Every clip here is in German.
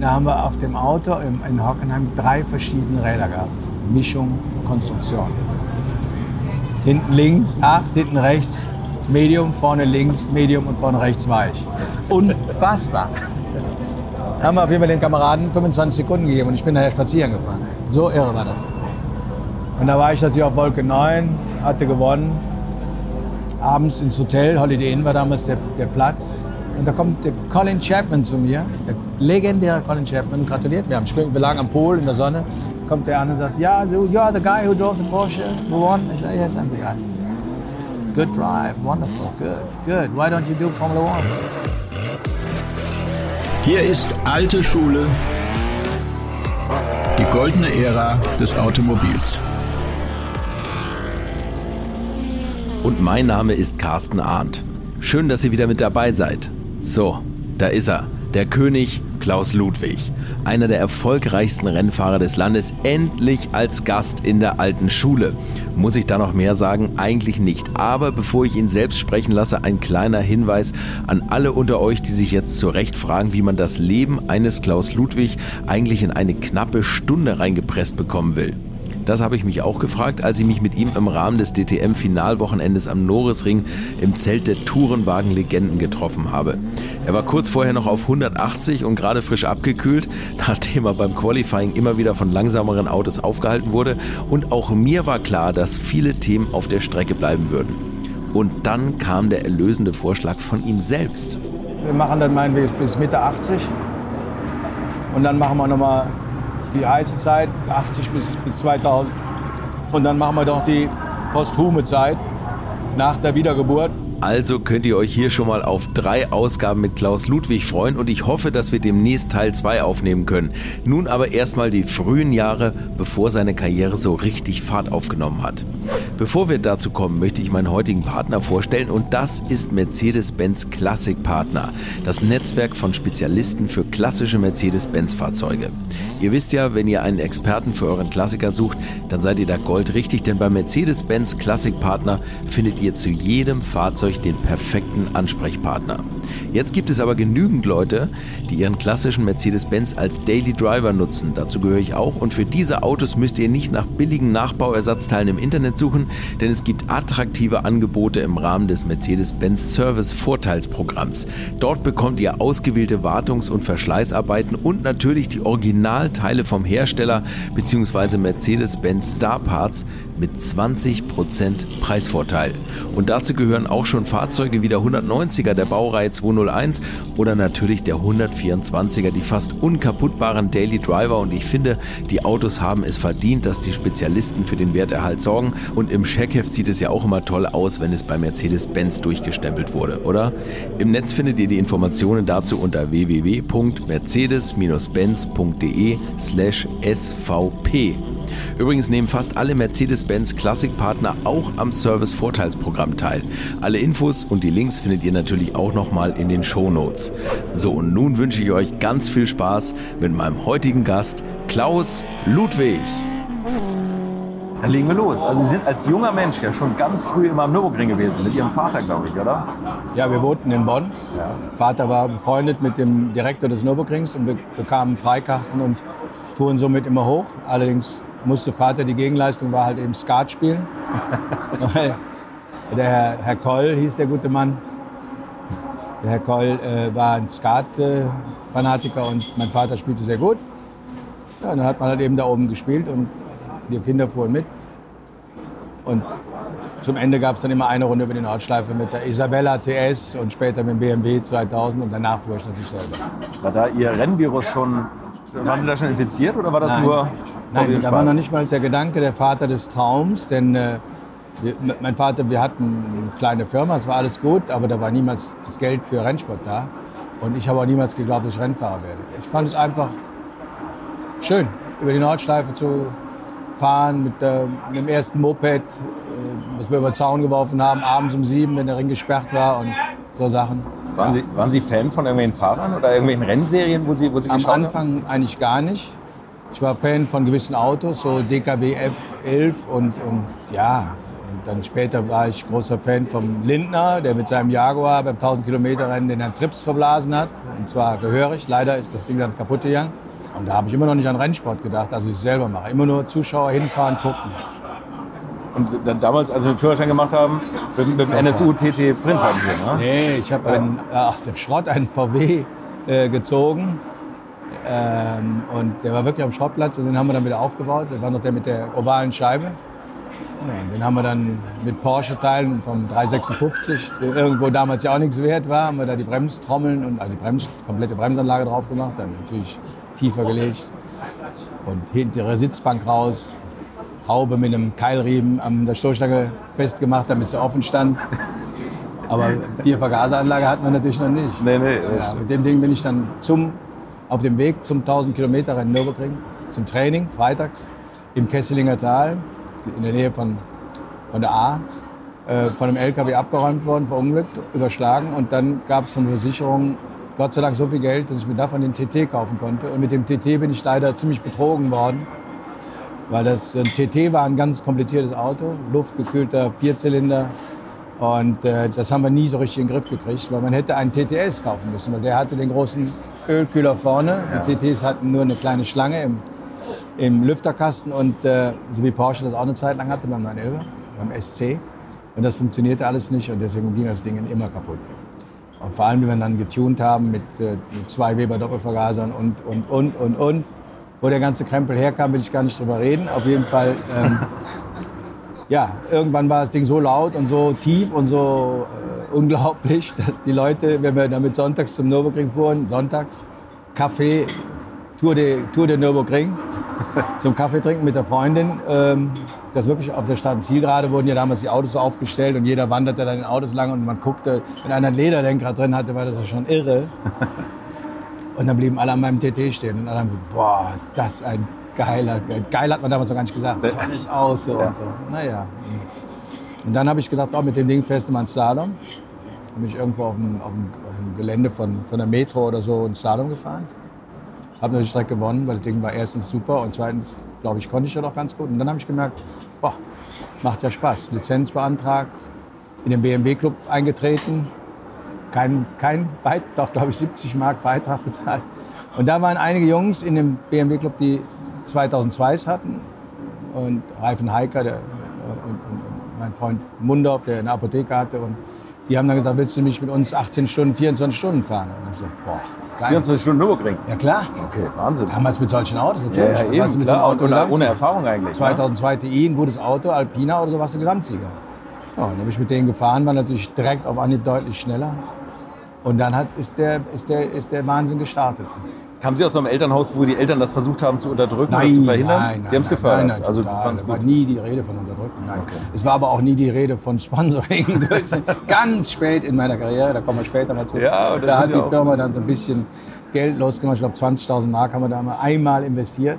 Da haben wir auf dem Auto in Hockenheim 3 verschiedene Räder gehabt. Mischung, Konstruktion. Hinten links 8, hinten rechts Medium, vorne links Medium und vorne rechts weich. Unfassbar. Da haben wir auf jeden Fall den Kameraden 25 Sekunden gegeben und ich bin daher spazieren gefahren. So irre war das. Und da war ich natürlich auf Wolke 9, hatte gewonnen. Abends ins Hotel, Holiday Inn war damals der Platz. Und da kommt der Colin Chapman zu mir, der legendäre Colin Chapman, gratuliert. Wir lagen am Pool in der Sonne. Kommt der an und sagt, ja, you are the guy who drove the Porsche, who won? Ich sage, yes, I'm the guy. Good drive, wonderful, good. Why don't you do Formula One? Hier ist alte Schule, die goldene Ära des Automobils. Und mein Name ist Carsten Arndt. Schön, dass ihr wieder mit dabei seid. So, da ist er, der König Klaus Ludwig. Einer der erfolgreichsten Rennfahrer des Landes, endlich als Gast in der alten Schule. Muss ich da noch mehr sagen? Eigentlich nicht. Aber bevor ich ihn selbst sprechen lasse, ein kleiner Hinweis an alle unter euch, die sich jetzt zu Recht fragen, wie man das Leben eines Klaus Ludwig eigentlich in eine knappe Stunde reingepresst bekommen will. Das habe ich mich auch gefragt, als ich mich mit ihm im Rahmen des DTM-Finalwochenendes am Norisring im Zelt der Tourenwagen-Legenden getroffen habe. Er war kurz vorher noch auf 180 und gerade frisch abgekühlt, nachdem er beim Qualifying immer wieder von langsameren Autos aufgehalten wurde. Und auch mir war klar, dass viele Themen auf der Strecke bleiben würden. Und dann kam der erlösende Vorschlag von ihm selbst. Wir machen dann meinetwegen bis Mitte 80 und dann machen wir nochmal die heiße Zeit, 80 bis 2000. Und dann machen wir doch die posthume Zeit nach der Wiedergeburt. Also könnt ihr euch hier schon mal auf 3 Ausgaben mit Klaus Ludwig freuen und ich hoffe, dass wir demnächst Teil 2 aufnehmen können. Nun aber erstmal die frühen Jahre, bevor seine Karriere so richtig Fahrt aufgenommen hat. Bevor wir dazu kommen, möchte ich meinen heutigen Partner vorstellen und das ist Mercedes-Benz Classic Partner, das Netzwerk von Spezialisten für klassische Mercedes-Benz-Fahrzeuge. Ihr wisst ja, wenn ihr einen Experten für euren Klassiker sucht, dann seid ihr da goldrichtig, denn bei Mercedes-Benz Classic Partner findet ihr zu jedem Fahrzeug den perfekten Ansprechpartner. Jetzt gibt es aber genügend Leute, die ihren klassischen Mercedes-Benz als Daily Driver nutzen. Dazu gehöre ich auch und für diese Autos müsst ihr nicht nach billigen Nachbauersatzteilen im Internet suchen, denn es gibt attraktive Angebote im Rahmen des Mercedes-Benz Service Vorteilsprogramms. Dort bekommt ihr ausgewählte Wartungs- und Verschleißarbeiten und natürlich die Originalteile vom Hersteller bzw. Mercedes-Benz Star Parts mit 20% Preisvorteil. Und dazu gehören auch schon Fahrzeuge wie der 190er der Baureihe 201 oder natürlich der 124er, die fast unkaputtbaren Daily Driver und ich finde, die Autos haben es verdient, dass die Spezialisten für den Werterhalt sorgen und im Checkheft sieht es ja auch immer toll aus, wenn es bei Mercedes-Benz durchgestempelt wurde, oder? Im Netz findet ihr die Informationen dazu unter www.mercedes-benz.de/svp. Übrigens nehmen fast alle Mercedes-Benz Classic-Partner auch am Service-Vorteilsprogramm teil. Alle Infos und die Links findet ihr natürlich auch nochmal in den Shownotes. So, und nun wünsche ich euch ganz viel Spaß mit meinem heutigen Gast, Klaus Ludwig. Dann legen wir los. Also Sie sind als junger Mensch ja schon ganz früh immer am Nürburgring gewesen, mit Ihrem Vater, glaube ich, oder? Ja, wir wohnten in Bonn. Ja. Vater war befreundet mit dem Direktor des Nürburgrings und wir bekamen Freikarten und fuhren somit immer hoch. Allerdings musste Vater, die Gegenleistung war halt eben Skat spielen. Der Herr Koll hieß der gute Mann. Der Herr Koll war ein Skat-Fanatiker und mein Vater spielte sehr gut. Ja, dann hat man halt eben da oben gespielt und wir Kinder fuhren mit. Und zum Ende gab es dann immer eine Runde über die Nordschleife mit der Isabella TS und später mit dem BMW 2000 und danach fuhr ich natürlich selber. War da Ihr Rennvirus schon, waren Sie da schon infiziert oder war das nur Nein, da war noch nicht mal der Gedanke der Vater des Traums, denn mein Vater, wir hatten eine kleine Firma, es war alles gut, aber da war niemals das Geld für Rennsport da. Und ich habe auch niemals geglaubt, dass ich Rennfahrer werde. Ich fand es einfach schön, über die Nordschleife zu fahren mit dem ersten Moped, das wir über den Zaun geworfen haben, abends um 7, wenn der Ring gesperrt war und so Sachen. Waren Sie Fan von irgendwelchen Fahrern oder irgendwelchen Rennserien, wo Sie geschaut haben? Am Anfang eigentlich gar nicht. Ich war Fan von gewissen Autos, so DKW F11 und ja, Und dann später war ich großer Fan vom Lindner, der mit seinem Jaguar beim 1000-Kilometer-Rennen den Herrn Trips verblasen hat. Und zwar gehörig. Leider ist das Ding dann kaputt gegangen. Und da habe ich immer noch nicht an Rennsport gedacht, also ich selber mache. Immer nur Zuschauer hinfahren, gucken. Und dann damals, als wir den Führerschein gemacht haben, mit dem NSU TT Prinz haben Sie, ne? Nee, ich habe einen VW gezogen. Und der war wirklich am Schrottplatz und den haben wir dann wieder aufgebaut. Das war noch der mit der ovalen Scheibe. Ja, den haben wir dann mit Porsche-Teilen vom 356, der irgendwo damals ja auch nichts wert war, haben wir da die Bremstrommeln und die komplette Bremsanlage drauf gemacht, dann natürlich tiefer gelegt und hintere Sitzbank raus, Haube mit einem Keilriemen an der Stoßstange festgemacht, damit sie offen stand. Aber 4 Vergaseranlage hatten wir natürlich noch nicht. Nee. Ja, mit dem Ding bin ich dann auf dem Weg zum 1000-Kilometer-Rennen Nürburgring, zum Training, freitags im Kesselinger Tal, in der Nähe von der A, von einem LKW abgeräumt worden, verunglückt, überschlagen. Und dann gab es von der Versicherung Gott sei Dank so viel Geld, dass ich mir davon den TT kaufen konnte. Und mit dem TT bin ich leider ziemlich betrogen worden, weil das TT war ein ganz kompliziertes Auto, luftgekühlter Vierzylinder. Und das haben wir nie so richtig in den Griff gekriegt, weil man hätte einen TTS kaufen müssen, weil der hatte den großen Ölkühler vorne. Ja. Die TTs hatten nur eine kleine Schlange im Lüfterkasten und so wie Porsche das auch eine Zeit lang hatte beim 911, beim SC. Und das funktionierte alles nicht und deswegen ging das Ding immer kaputt. Und vor allem, wie wir dann getuned haben mit 2 Weber Doppelvergasern und. Wo der ganze Krempel herkam, will ich gar nicht drüber reden. Auf jeden Fall, ja, irgendwann war das Ding so laut und so tief und so unglaublich, dass die Leute, wenn wir damit sonntags zum Nürburgring fuhren, sonntags, Kaffee, Tour de Nürburgring, zum Kaffee trinken mit der Freundin, das wirklich auf der Start-Zielgerade wurden ja damals die Autos so aufgestellt und jeder wanderte dann in Autos lang und man guckte, wenn einer ein Lederlenkrad drin hatte, war das ja schon irre. Und dann blieben alle an meinem TT stehen und alle haben gesagt, boah, ist das ein geiler, geil hat man damals noch gar nicht gesagt, tolles Auto und so. Naja. Und dann habe ich gedacht, mit dem Ding fährst du mal einen Slalom. Dann bin ich irgendwo auf dem Gelände von der Metro oder so einen Slalom gefahren. Habe natürlich direkt gewonnen, weil das Ding war erstens super und zweitens, glaube ich, konnte ich ja doch ganz gut. Und dann habe ich gemerkt, boah, macht ja Spaß. Lizenz beantragt, in den BMW-Club eingetreten, kein doch, glaube ich, 70 Mark Beitrag bezahlt. Und da waren einige Jungs in dem BMW-Club, die 2002s hatten. Und Reifen Heiker und mein Freund Mundorf, der eine Apotheke hatte. Und die haben dann gesagt, willst du mich mit uns 18 Stunden, 24 Stunden fahren? Und ich gesagt, boah, geil. 24 Stunden Nürburgring? Ja, klar. Okay, Wahnsinn. Damals mit solchen Autos natürlich. Ja, eben, mit klar, so einem Auto ohne Erfahrung eigentlich. 2002 TI, ein gutes Auto, Alpina oder so, warst du Gesamtsieger. Ja, und dann bin ich mit denen gefahren, war natürlich direkt auf Anhieb deutlich schneller. Und dann ist der Wahnsinn gestartet. Kamen Sie aus so einem Elternhaus, wo die Eltern das versucht haben zu unterdrücken oder zu verhindern? Nein, die haben es gefördert. Nein, also es war nie die Rede von Unterdrücken. Nein. Okay. Es war aber auch nie die Rede von Sponsoring. Ganz spät in meiner Karriere, da kommen wir später mal zu. Ja, da hat die Firma dann so ein bisschen Geld losgemacht. Ich glaube 20.000 Mark haben wir da einmal investiert.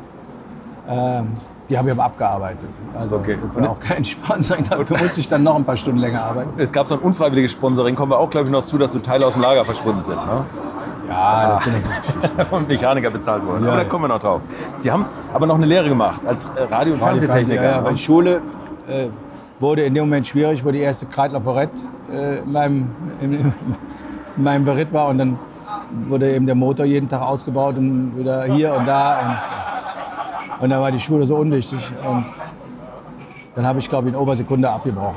Die habe ich aber abgearbeitet. Also okay. Das war auch kein Sponsoring. Dafür musste ich dann noch ein paar Stunden länger arbeiten. Es gab so ein unfreiwilliges Sponsoring. Kommen wir auch, glaube ich, noch zu, dass so Teile aus dem Lager verschwunden sind. Ne? Ja, das sind natürlich Geschichten. Und Mechaniker bezahlt wurden. Ja, aber da kommen wir noch drauf. Sie haben aber noch eine Lehre gemacht als Radio- und Fernsehtechniker. Ja, aber die Schule wurde in dem Moment schwierig, wo die erste Kreidler Forett in meinem Beritt war. Und dann wurde eben der Motor jeden Tag ausgebaut und wieder hier und da. Und dann war die Schule so unwichtig. Und dann habe ich, glaube ich, in Obersekunde abgebrochen.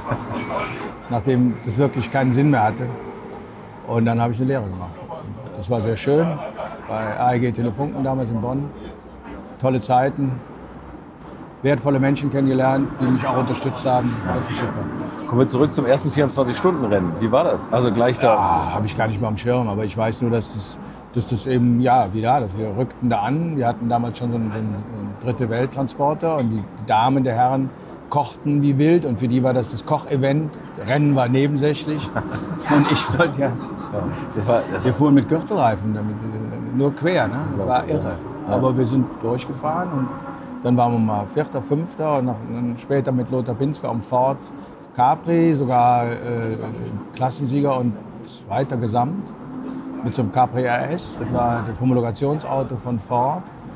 Nachdem das wirklich keinen Sinn mehr hatte. Und dann habe ich eine Lehre gemacht. Das war sehr schön. Bei AEG Telefunken damals in Bonn. Tolle Zeiten. Wertvolle Menschen kennengelernt, die mich auch unterstützt haben. Wirklich super. Kommen wir zurück zum ersten 24-Stunden-Rennen. Wie war das? Also gleich da. Ja, habe ich gar nicht mehr am Schirm. Aber ich weiß nur, dass das eben, ja, wie da, dass wir rückten da an. Wir hatten damals schon so einen dritte Welttransporter und die Damen der Herren kochten wie wild und für die war das Kochevent. Rennen war nebensächlich und ich wollte ja. Wir fuhren mit Gürtelreifen, damit, nur quer, ne? Das war irre. Aber wir sind durchgefahren und dann waren wir mal Vierter, Fünfter und dann später mit Lothar Pinsker am Ford Capri, sogar Klassensieger und zweiter Gesamt mit so einem Capri RS. Das war das Homologationsauto von Ford.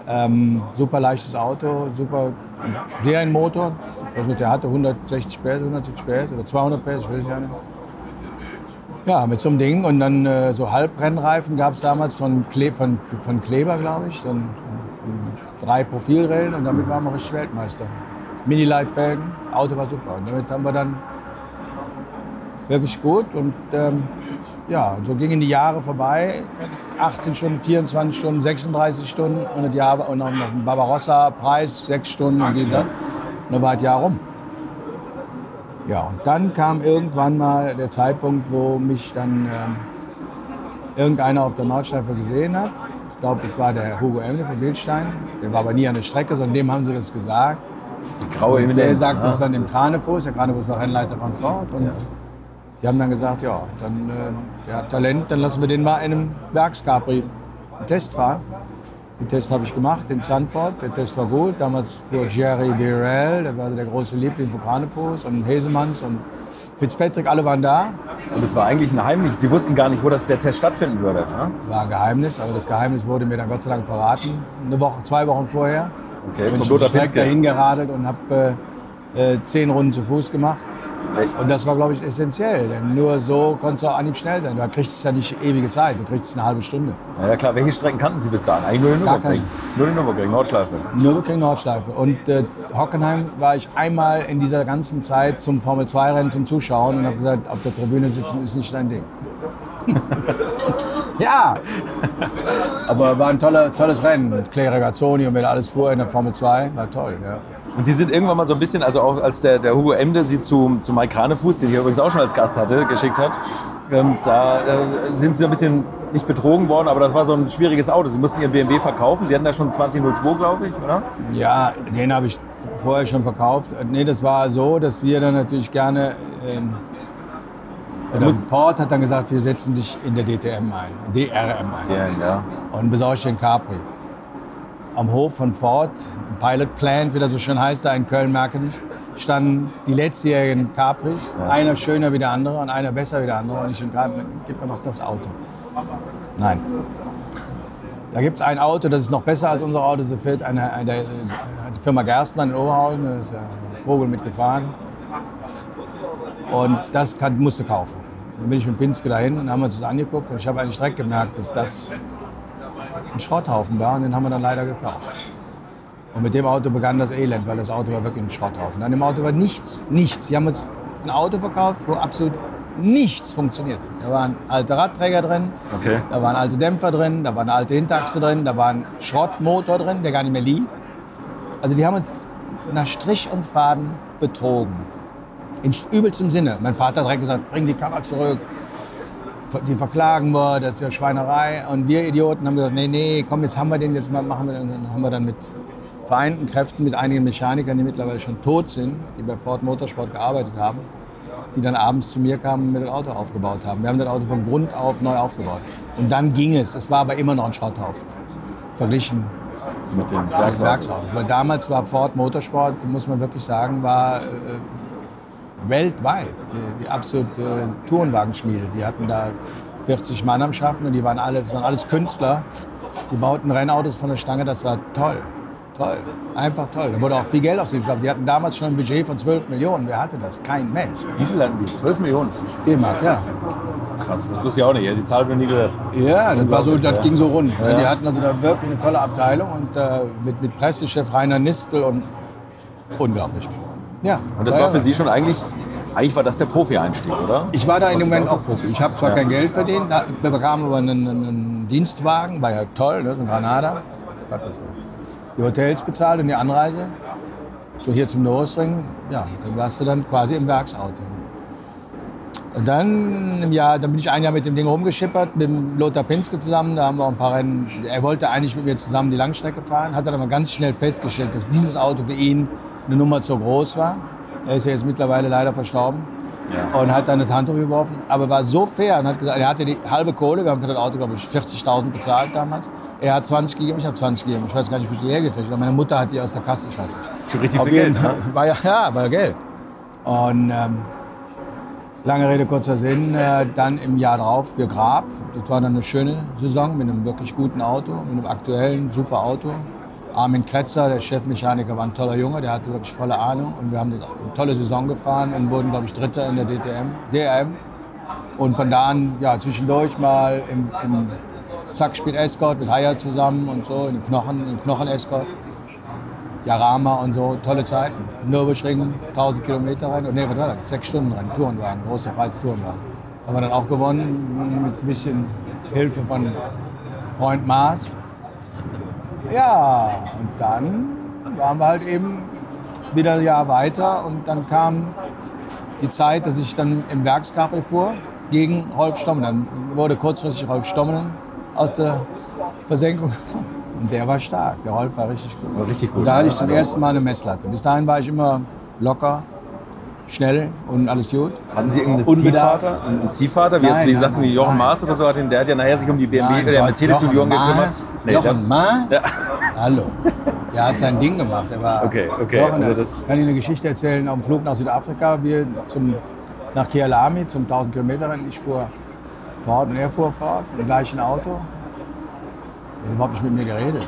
Super leichtes Auto, super Serienmotor. Also der hatte 160 PS, 170 PS oder 200 PS, ich weiß es ja nicht. Ja, mit so einem Ding und dann so Halbrennreifen gab es damals von Kleber, glaube ich, so 3 Profilrillen und damit waren wir richtig Weltmeister. Mini-Leitfelgen, Auto war super und damit haben wir dann wirklich gut und ja, so gingen die Jahre vorbei, 18 Stunden, 24 Stunden, 36 Stunden und noch ein Barbarossa-Preis, 6 Stunden und dies, das. Und dann war das Jahr rum. Ja, und dann kam irgendwann mal der Zeitpunkt, wo mich dann irgendeiner auf der Nordschleife gesehen hat. Ich glaube, das war der Hugo Emde von Bildstein. Der war aber nie an der Strecke, sondern dem haben sie das gesagt. Die graue Eminenz. Der sagt es dann dem Kranefuß. Der Kranefuß war Rennleiter von Ford. Und die haben dann gesagt, ja, dann, der hat Talent, dann lassen wir den mal in einem Werks-Capri einen Test fahren. Den Test habe ich gemacht in Zandvoort. Der Test war gut. Damals fuhr Jerry Birel, der war der große Liebling von Kranefuß und Hesemanns und Fitzpatrick, alle waren da. Und es war eigentlich ein Geheimnis. Sie wussten gar nicht, wo der Test stattfinden würde. Ne? War ein Geheimnis, aber das Geheimnis wurde mir dann Gott sei Dank verraten. 2 Wochen vorher. Okay, bin ich auf die Strecke hingeradelt und habe 10 Runden zu Fuß gemacht. Und das war, glaube ich, essentiell, denn nur so konntest du auch anhieb schnell sein. Du kriegst ja nicht ewige Zeit, du kriegst eine halbe Stunde. Ja klar, welche Strecken kannten Sie bis dahin? Eigentlich nur den Nürburgring. Nur den Nürburgring, Nordschleife. Nürburgring, Nordschleife. Und Hockenheim war ich einmal in dieser ganzen Zeit zum Formel-2-Rennen zum Zuschauen und habe gesagt, auf der Tribüne sitzen ist nicht dein Ding. Ja, aber war ein tolles Rennen mit Clay Regazzoni und wer alles fuhr in der Formel 2, war toll, ja. Und Sie sind irgendwann mal so ein bisschen, also auch als der Hugo Emde Sie zu Mike Kranefuß, den ich übrigens auch schon als Gast hatte, geschickt hat, da sind Sie so ein bisschen nicht betrogen worden, aber das war so ein schwieriges Auto. Sie mussten Ihren BMW verkaufen, Sie hatten da schon 2002, glaube ich, oder? Ja, den habe ich vorher schon verkauft. Nee, das war so, dass wir dann natürlich gerne... Ford hat dann gesagt, wir setzen dich in der DRM ein. Ja. Und besorge den Capri. Am Hof von Ford, im Pilot Plant, wie das so schön heißt, da in Köln-Merkenich, standen die letztjährigen Capris. Ja. Einer schöner wie der andere und einer besser wie der andere. Und ich gerade, gib mir noch das Auto. Nein. Da gibt es ein Auto, das ist noch besser als unser Auto. Das fährt die Firma Gerstmann in Oberhausen. Da ist ein Vogel mitgefahren. Und das musste kaufen. Dann bin ich mit Pinske dahin und haben uns das angeguckt. Und ich habe eigentlich direkt gemerkt, dass das ein Schrotthaufen war. Und den haben wir dann leider gekauft. Und mit dem Auto begann das Elend, weil das Auto war wirklich ein Schrotthaufen. An dem Auto war nichts. Sie haben uns ein Auto verkauft, wo absolut nichts funktioniert. Da waren alte Radträger drin, Da waren alte Dämpfer drin, da war eine alte Hinterachse drin, da war ein Schrottmotor drin, der gar nicht mehr lief. Also die haben uns nach Strich und Faden betrogen. In übelstem Sinne. Mein Vater hat direkt gesagt, bring die Karre zurück. Die verklagen wir, das ist ja Schweinerei. Und wir Idioten haben gesagt, nee, komm, jetzt haben wir den, jetzt machen wir den. Dann haben wir dann mit vereinten Kräften, mit einigen Mechanikern, die mittlerweile schon tot sind, die bei Ford Motorsport gearbeitet haben, die dann abends zu mir kamen und mir das Auto aufgebaut haben. Wir haben das Auto von Grund auf neu aufgebaut. Und dann ging es. Es war aber immer noch ein Schrotthaufen. Verglichen mit dem Werksauto. Weil damals war Ford Motorsport, muss man wirklich sagen, war weltweit die absolute Tourenwagenschmiede. Die hatten da 40 Mann am Schaffen und das waren alles Künstler. Die bauten Rennautos von der Stange, das war toll. Toll, einfach toll. Da wurde auch viel Geld ausgegeben. Die hatten damals schon ein Budget von 12 Millionen. Wer hatte das? Kein Mensch. Wie viel hatten die? 12 Millionen? D-Mark, ja. Krass, das wusste ich auch nicht. Die Zahl bin ich nie gehört. Ja, das ging so rund. Ja. Die hatten also da wirklich eine tolle Abteilung und mit Pressechef Rainer Nistel und unglaublich. Ja. Und das war für Sie schon eigentlich war das der Profi-Einstieg, oder? Ich war da in dem Moment auch Profi. Ich habe zwar kein Geld verdient, wir bekamen aber einen Dienstwagen, war ja toll, ne, so ein Granada. Die Hotels bezahlt und die Anreise. So hier zum Nürburgring, ja, dann warst du dann quasi im Werksauto. Und dann bin ich ein Jahr mit dem Ding rumgeschippert, mit dem Lothar Pinske zusammen. Da haben wir ein paar Rennen. Er wollte eigentlich mit mir zusammen die Langstrecke fahren, hat dann aber ganz schnell festgestellt, dass dieses Auto für ihn eine Nummer zu groß war. Er ist ja jetzt mittlerweile leider verstorben und hat dann das Handtuch geworfen. Aber war so fair und hat gesagt, er hatte die halbe Kohle. Wir haben für das Auto, glaube ich, 40.000 bezahlt damals. Er hat 20 gegeben, ich habe 20 gegeben. Ich weiß gar nicht, wie viel ich hergekriegt habe. Meine Mutter hat die aus der Kasse, ich weiß nicht. Schon richtig viel Geld, ne? War ja Geld. Und lange Rede, kurzer Sinn, dann im Jahr drauf für Grab. Das war dann eine schöne Saison mit einem wirklich guten Auto, mit einem aktuellen, super Auto. Armin Kretzer, der Chefmechaniker, war ein toller Junge, der hatte wirklich volle Ahnung. Und wir haben eine tolle Saison gefahren und wurden, glaube ich, Dritter in der DTM. Und von da an, ja, zwischendurch mal im Zack Speed Escort mit Haier zusammen und so, in den Knochen Escort. Jarama und so, tolle Zeiten. Nürburgring, 1000 Kilometer Rennen, nee, was war das? 6 Stunden Rennen, Tourenwagen, großer Preis Tourenwagen. Haben wir dann auch gewonnen, mit ein bisschen Hilfe von Freund Maas. Ja, und dann waren wir halt eben wieder ein Jahr weiter und dann kam die Zeit, dass ich dann im Werkscapri fuhr gegen Rolf Stommel. Dann wurde kurzfristig Rolf Stommel aus der Versenkung. Und der war stark, der Rolf war richtig gut. War richtig gut. Und da hatte ich zum ersten Mal eine Messlatte. Bis dahin war ich immer locker, schnell und alles gut. Hatten Sie irgendeinen Ziehvater? Einen Ziehvater, wie jetzt, wie sagten die Jochen Maas oder so, der hat ja nachher sich um die BMW oder Mercedes-Millionen gekümmert. Nee, Jochen Maas? Ja. Hallo. Der hat sein Ding gemacht. Der war Okay. Jochen, Also das kann ich eine Geschichte erzählen? Auf dem Flug nach Südafrika, wir nach Kialami zum 1000 Kilometer Rennen. Ich fuhr fort und er fuhr fort im gleichen Auto. Er hat überhaupt nicht mit mir geredet.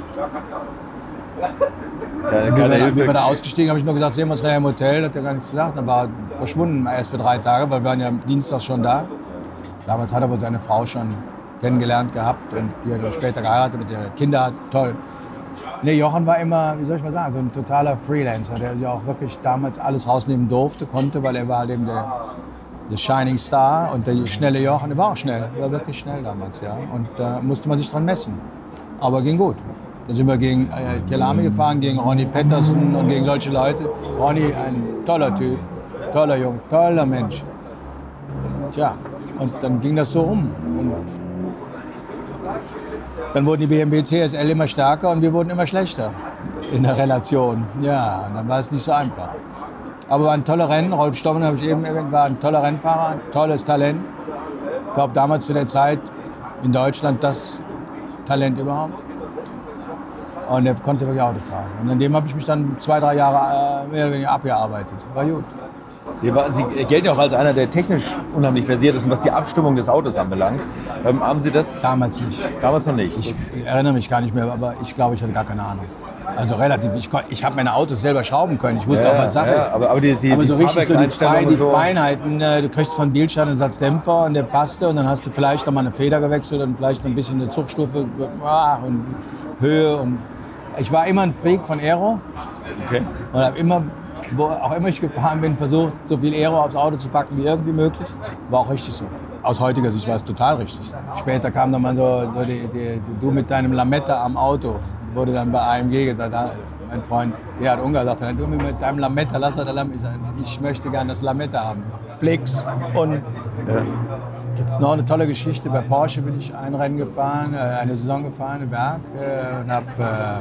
Wie wir da ausgestiegen, habe ich nur gesagt, sehen wir uns nachher im Hotel, hat er gar nichts gesagt. Dann war er verschwunden, erst für 3 Tage, weil wir waren ja am Dienstag schon da. Damals hat er wohl seine Frau schon kennengelernt gehabt und die hat er später geheiratet, mit der Kinder hat, toll. Nee, Jochen war immer, wie soll ich mal sagen, so ein totaler Freelancer, der ja auch wirklich damals alles rausnehmen konnte, weil er war halt eben der Shining Star und der schnelle Jochen, der war auch schnell, war wirklich schnell damals, ja. Und da musste man sich dran messen, aber ging gut. Dann sind wir gegen Kialami gefahren, gegen Ronnie Peterson und gegen solche Leute. Ronnie, ein toller Typ, toller Junge, toller Mensch. Tja, und dann ging das so um. Und dann wurden die BMW CSL immer stärker und wir wurden immer schlechter in der Relation. Ja, und dann war es nicht so einfach. Aber war ein toller Rennen. Rolf Stommel, habe ich eben erwähnt, war ein toller Rennfahrer, ein tolles Talent. Ich glaube, damals zu der Zeit in Deutschland das Talent überhaupt. Und er konnte wirklich Auto fahren. Und an dem habe ich mich dann 2-3 Jahre mehr oder weniger abgearbeitet. War gut. Sie gelten ja auch als einer, der technisch unheimlich versiert ist und was die Abstimmung des Autos anbelangt. Haben Sie das? Damals nicht. Damals noch nicht? Ich erinnere mich gar nicht mehr, aber ich glaube, ich hatte gar keine Ahnung. Also relativ, ich habe meine Autos selber schrauben können. Ich wusste auch, was Sache ist. Aber die so richtig so die so. Feinheiten, du kriegst von Bilstein einen Satzdämpfer und der passte und dann hast du vielleicht noch mal eine Feder gewechselt und vielleicht noch ein bisschen eine Zugstufe und Höhe. Und ich war immer ein Freak von Aero. Okay. Und habe immer, wo auch immer ich gefahren bin, versucht, so viel Aero aufs Auto zu packen wie irgendwie möglich. War auch richtig so. Aus heutiger Sicht war es total richtig. Später kam dann mal du mit deinem Lametta am Auto. Wurde dann bei AMG gesagt, mein Freund Gerhard Unger sagte, du mit deinem Lametta, lass das Lametta. Ich möchte gerne das Lametta haben. Flix. Und gibt's noch eine tolle Geschichte. Bei Porsche bin ich ein Rennen gefahren, eine Saison gefahren im Werk und habe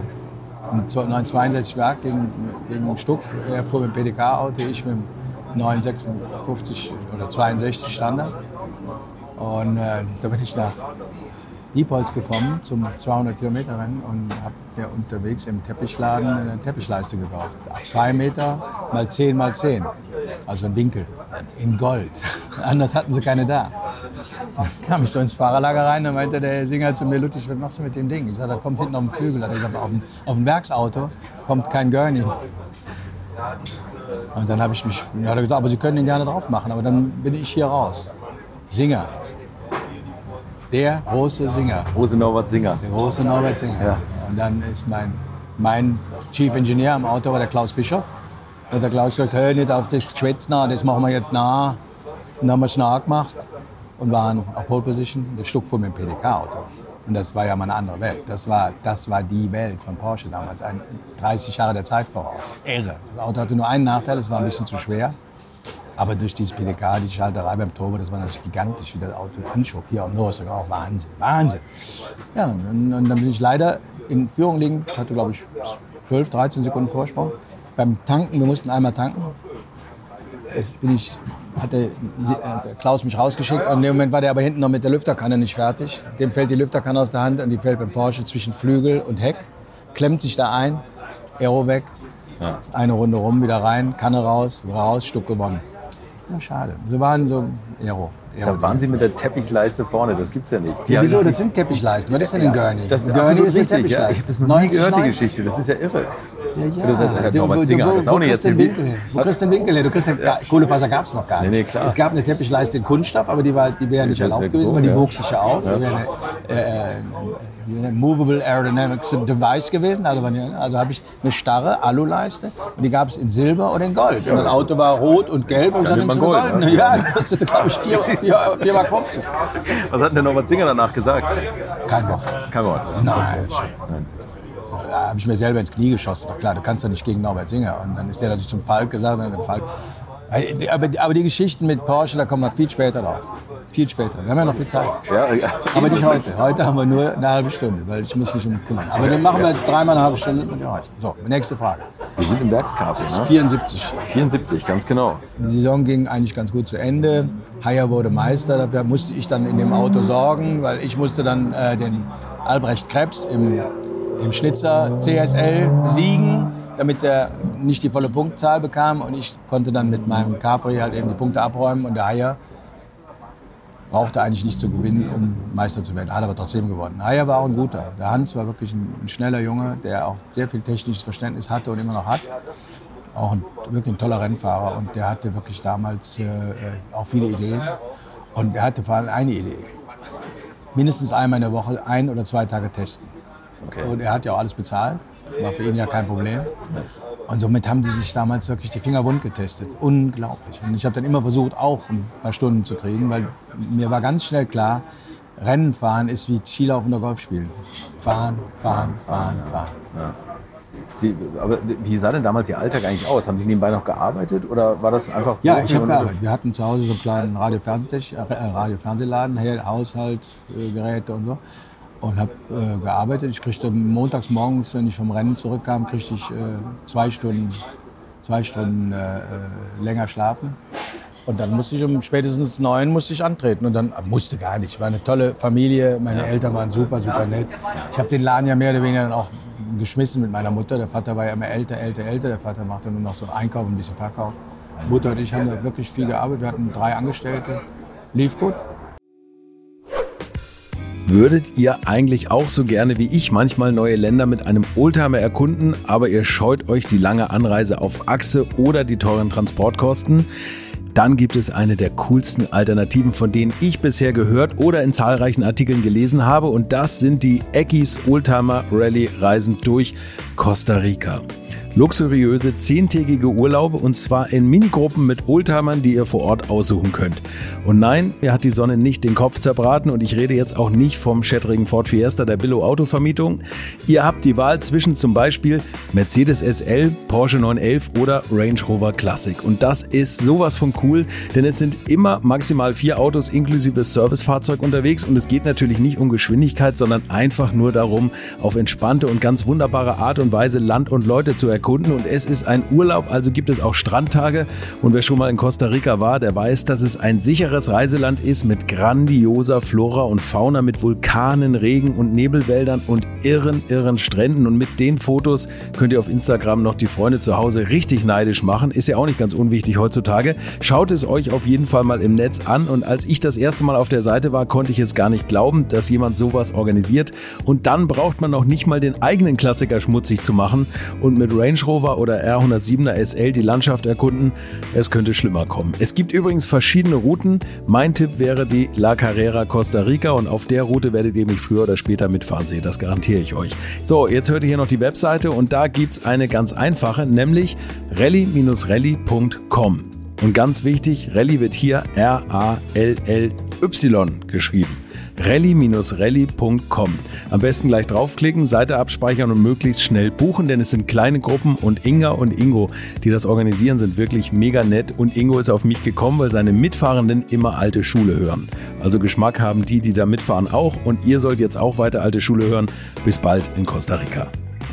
962 Werk gegen Stuck. Er fuhr mit dem PDK-Auto, ich mit dem 956 oder 62 Standard. Und da bin ich nach Diepholz gekommen zum 200-Kilometer-Rennen und habe mir unterwegs im Teppichladen eine Teppichleiste gekauft. 2 Meter mal 10 mal 10, also ein Winkel, in Gold. Anders hatten sie keine da. Dann kam ich so ins Fahrerlager rein, dann meinte der Singer zu mir, Ludwig, was machst du mit dem Ding? Ich sagte, das kommt hinten auf dem Flügel. Da hat er gesagt, auf dem Werksauto kommt kein Gurney. Und dann hat er gesagt, aber Sie können den gerne drauf machen, aber dann bin ich hier raus. Singer. Der große Singer. Große Norbert Singer. Der große Norbert Singer. Ja. Und dann ist mein Chief Engineer am Auto war der Klaus Bischof. Und der Klaus gesagt, hör nicht auf das Geschwätz nach, das machen wir jetzt nach. Und dann haben wir schnell gemacht und waren auf Pole Position. Der Stuck fuhr mit dem PDK-Auto. Und das war ja mal eine andere Welt. Das war die Welt von Porsche damals. 30 Jahre der Zeit voraus. Irre. Das Auto hatte nur einen Nachteil, es war ein bisschen zu schwer. Aber durch dieses PDK, die Schalterei beim Turbo, das war natürlich gigantisch, wie das Auto anschob. Hier am Nürburgring auch Wahnsinn, Wahnsinn. Ja, und dann bin ich leider in Führung liegend, hatte glaube ich 12, 13 Sekunden Vorsprung. Beim Tanken, wir mussten einmal tanken, hatte Klaus mich rausgeschickt und in dem Moment war der aber hinten noch mit der Lüfterkanne nicht fertig. Dem fällt die Lüfterkanne aus der Hand und die fällt beim Porsche zwischen Flügel und Heck, klemmt sich da ein, Aero weg, eine Runde rum, wieder rein, Kanne raus, Stuck gewonnen. Ja, schade. Wir waren so Aero. Da waren Sie mit der Teppichleiste vorne, das gibt's ja nicht. Ja, wieso? Das sind Teppichleisten. Was ist denn in Gurney? Gurney ist eine Teppichleiste. Ja, ich habe das noch nie gehört, die Geschichte. Das ist ja irre. Wo kriegst du den Winkel her? Du kriegst Kohlefaser gab es noch gar nicht. Nee, klar. Es gab eine Teppichleiste in Kunststoff, aber die wäre nicht erlaubt gewesen, weil die bog sich ja auf. Die wäre eine Movable Aerodynamics Device gewesen. Also habe ich eine starre Aluleiste und die gab es in Silber oder in Gold. Und das Auto war rot und gelb und dann nimmt man Gold. Ne? Ja, das kostete, glaube ich, 4,50 Mark. Was hat denn der Norbert Singer danach gesagt? Kein Wort. Kein Wort. Nein. Da habe ich mir selber ins Knie geschossen. Doch klar, du kannst doch nicht gegen Norbert Singer. Und dann ist der natürlich zum Falk gesagt. Und Falk. Aber die Geschichten mit Porsche, da kommen wir viel später drauf. Viel später. Wir haben ja noch viel Zeit. Ja. Aber nicht heute. Heute haben wir nur eine halbe Stunde, weil ich muss mich kümmern. Aber dann machen wir dreimal eine halbe Stunde. So, nächste Frage. Wir sind im Werkskarten, ne? 74. 74, ganz genau. Die Saison ging eigentlich ganz gut zu Ende. Haier wurde Meister. Dafür musste ich dann in dem Auto sorgen, weil ich musste dann den Albrecht Krebs im Schnitzer CSL besiegen, damit er nicht die volle Punktzahl bekam. Und ich konnte dann mit meinem Capri halt eben die Punkte abräumen. Und der Haier brauchte eigentlich nicht zu gewinnen, um Meister zu werden. Hat aber trotzdem gewonnen. Haier war auch ein guter. Der Hans war wirklich ein schneller Junge, der auch sehr viel technisches Verständnis hatte und immer noch hat. Auch wirklich ein toller Rennfahrer. Und der hatte wirklich damals auch viele Ideen. Und er hatte vor allem eine Idee. Mindestens einmal in der Woche 1 oder 2 Tage testen. Okay. Und er hat ja auch alles bezahlt. War für ihn ja kein Problem. Und somit haben die sich damals wirklich die Finger wund getestet. Unglaublich. Und ich habe dann immer versucht, auch ein paar Stunden zu kriegen, weil mir war ganz schnell klar, Rennen fahren ist wie Skilaufen oder Golf spielen. Fahren. Ja. Aber wie sah denn damals Ihr Alltag eigentlich aus? Haben Sie nebenbei noch gearbeitet oder war das einfach... Ja, ich habe gearbeitet. Wir hatten zu Hause so einen kleinen Radio-Fernsehladen, Haushalt, Geräte und so. Und habe gearbeitet. Ich kriegte montags morgens, wenn ich vom Rennen zurückkam, kriegte ich 2 Stunden länger schlafen. Und dann musste ich spätestens 9 antreten. Und dann musste gar nicht. War eine tolle Familie. Meine Eltern waren super nett. Ich habe den Laden ja mehr oder weniger dann auch geschmissen mit meiner Mutter. Der Vater war ja immer älter. Der Vater machte nur noch so einen Einkauf, ein bisschen Verkauf. Mutter und ich haben da wirklich viel gearbeitet. Wir hatten 3 Angestellte. Lief gut. Würdet ihr eigentlich auch so gerne wie ich manchmal neue Länder mit einem Oldtimer erkunden, aber ihr scheut euch die lange Anreise auf Achse oder die teuren Transportkosten? Dann gibt es eine der coolsten Alternativen, von denen ich bisher gehört oder in zahlreichen Artikeln gelesen habe, und das sind die Eckis Oldtimer Rallye Reisen durch Costa Rica. Luxuriöse 10-tägige Urlaube, und zwar in Minigruppen mit Oldtimern, die ihr vor Ort aussuchen könnt. Und nein, mir hat die Sonne nicht den Kopf zerbraten, und ich rede jetzt auch nicht vom schättrigen Ford Fiesta der Billo Autovermietung. Ihr habt die Wahl zwischen zum Beispiel Mercedes SL, Porsche 911 oder Range Rover Classic. Und das ist sowas von cool, denn es sind immer maximal 4 Autos inklusive Servicefahrzeug unterwegs, und es geht natürlich nicht um Geschwindigkeit, sondern einfach nur darum, auf entspannte und ganz wunderbare Art und Weise Land und Leute zu erkunden. Und es ist ein Urlaub, also gibt es auch Strandtage. Und wer schon mal in Costa Rica war, der weiß, dass es ein sicheres Reiseland ist mit grandioser Flora und Fauna, mit Vulkanen, Regen- und Nebelwäldern und irren Stränden. Und mit den Fotos könnt ihr auf Instagram noch die Freunde zu Hause richtig neidisch machen. Ist ja auch nicht ganz unwichtig heutzutage. Schaut es euch auf jeden Fall mal im Netz an. Und als ich das erste Mal auf der Seite war, konnte ich es gar nicht glauben, dass jemand sowas organisiert. Und dann braucht man noch nicht mal den eigenen Klassiker schmutzig zu machen und mit Range Rover oder R107er SL die Landschaft erkunden. Es könnte schlimmer kommen. Es gibt übrigens verschiedene Routen. Mein Tipp wäre die La Carrera Costa Rica, und auf der Route werdet ihr mich früher oder später mitfahren sehen. Das garantiere ich euch. So, jetzt hört ihr hier noch die Webseite, und da gibt's eine ganz einfache, nämlich rally-rally.com. Und ganz wichtig, Rally wird hier R-A-L-L-Y geschrieben. rally-rally.com. Am besten gleich draufklicken, Seite abspeichern und möglichst schnell buchen, denn es sind kleine Gruppen, und Inga und Ingo, die das organisieren, sind wirklich mega nett. Und Ingo ist auf mich gekommen, weil seine Mitfahrenden immer alte Schule hören. Also Geschmack haben die da mitfahren auch, und ihr sollt jetzt auch weiter alte Schule hören. Bis bald in Costa Rica.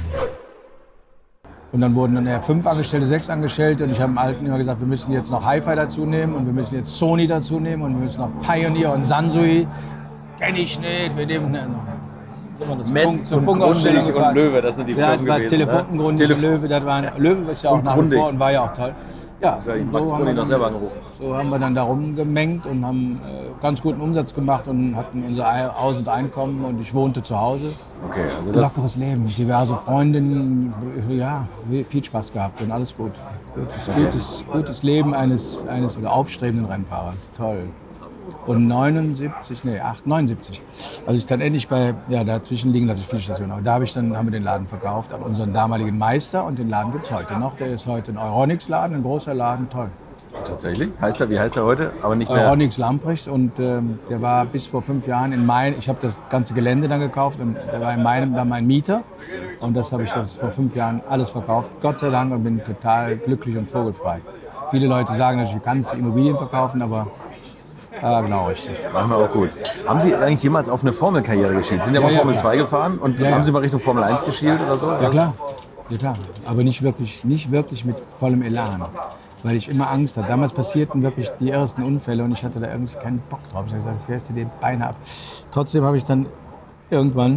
Und dann wurden dann 5 Angestellte, 6 Angestellte, und ich habe dem Alten immer gesagt, wir müssen jetzt noch Hi-Fi dazu nehmen und wir müssen jetzt Sony dazu nehmen und wir müssen noch Pioneer und Sansui. Kenn ich nicht, wir nehmen Metz und Grundig und Löwe, das sind die Firmen gewesen. Telefunken, Grundig und Löwe, das waren, Löwe ist ja auch nach wie vor und war ja auch toll. Ja, Max Grundig noch selber angerufen. So haben wir dann da rumgemengt und haben ganz guten Umsatz gemacht und hatten unser Aus- und Einkommen und ich wohnte zu Hause. Okay, also das lockeres Leben, diverse Freundinnen, ja, viel Spaß gehabt und alles gut. Gutes Leben eines aufstrebenden Rennfahrers, toll. Und 79, also ich dann endlich dazwischen liegen hatte ich viele Stationen, aber da haben wir den Laden verkauft an unseren damaligen Meister und den Laden gibt es heute noch. Der ist heute ein Euronics-Laden, ein großer Laden, toll. Tatsächlich? Wie heißt er heute? Aber nicht mehr. Euronics Lamprechts und der war bis vor 5 Jahren in Main. Ich habe das ganze Gelände dann gekauft und der war in Main dann mein Mieter und das habe ich vor 5 Jahren alles verkauft, Gott sei Dank, und bin total glücklich und vogelfrei. Viele Leute sagen natürlich, du kannst Immobilien verkaufen, aber genau, richtig. Machen wir auch gut. Haben Sie eigentlich jemals auf eine Formelkarriere geschielt? Sind ja mal Formel 2 gefahren und haben Sie mal Richtung Formel 1 geschielt oder so? Ja klar, aber nicht wirklich mit vollem Elan, weil ich immer Angst hatte. Damals passierten wirklich die ersten Unfälle und ich hatte da irgendwie keinen Bock drauf. Ich habe gesagt, fährst du die Beine ab. Trotzdem habe ich dann irgendwann,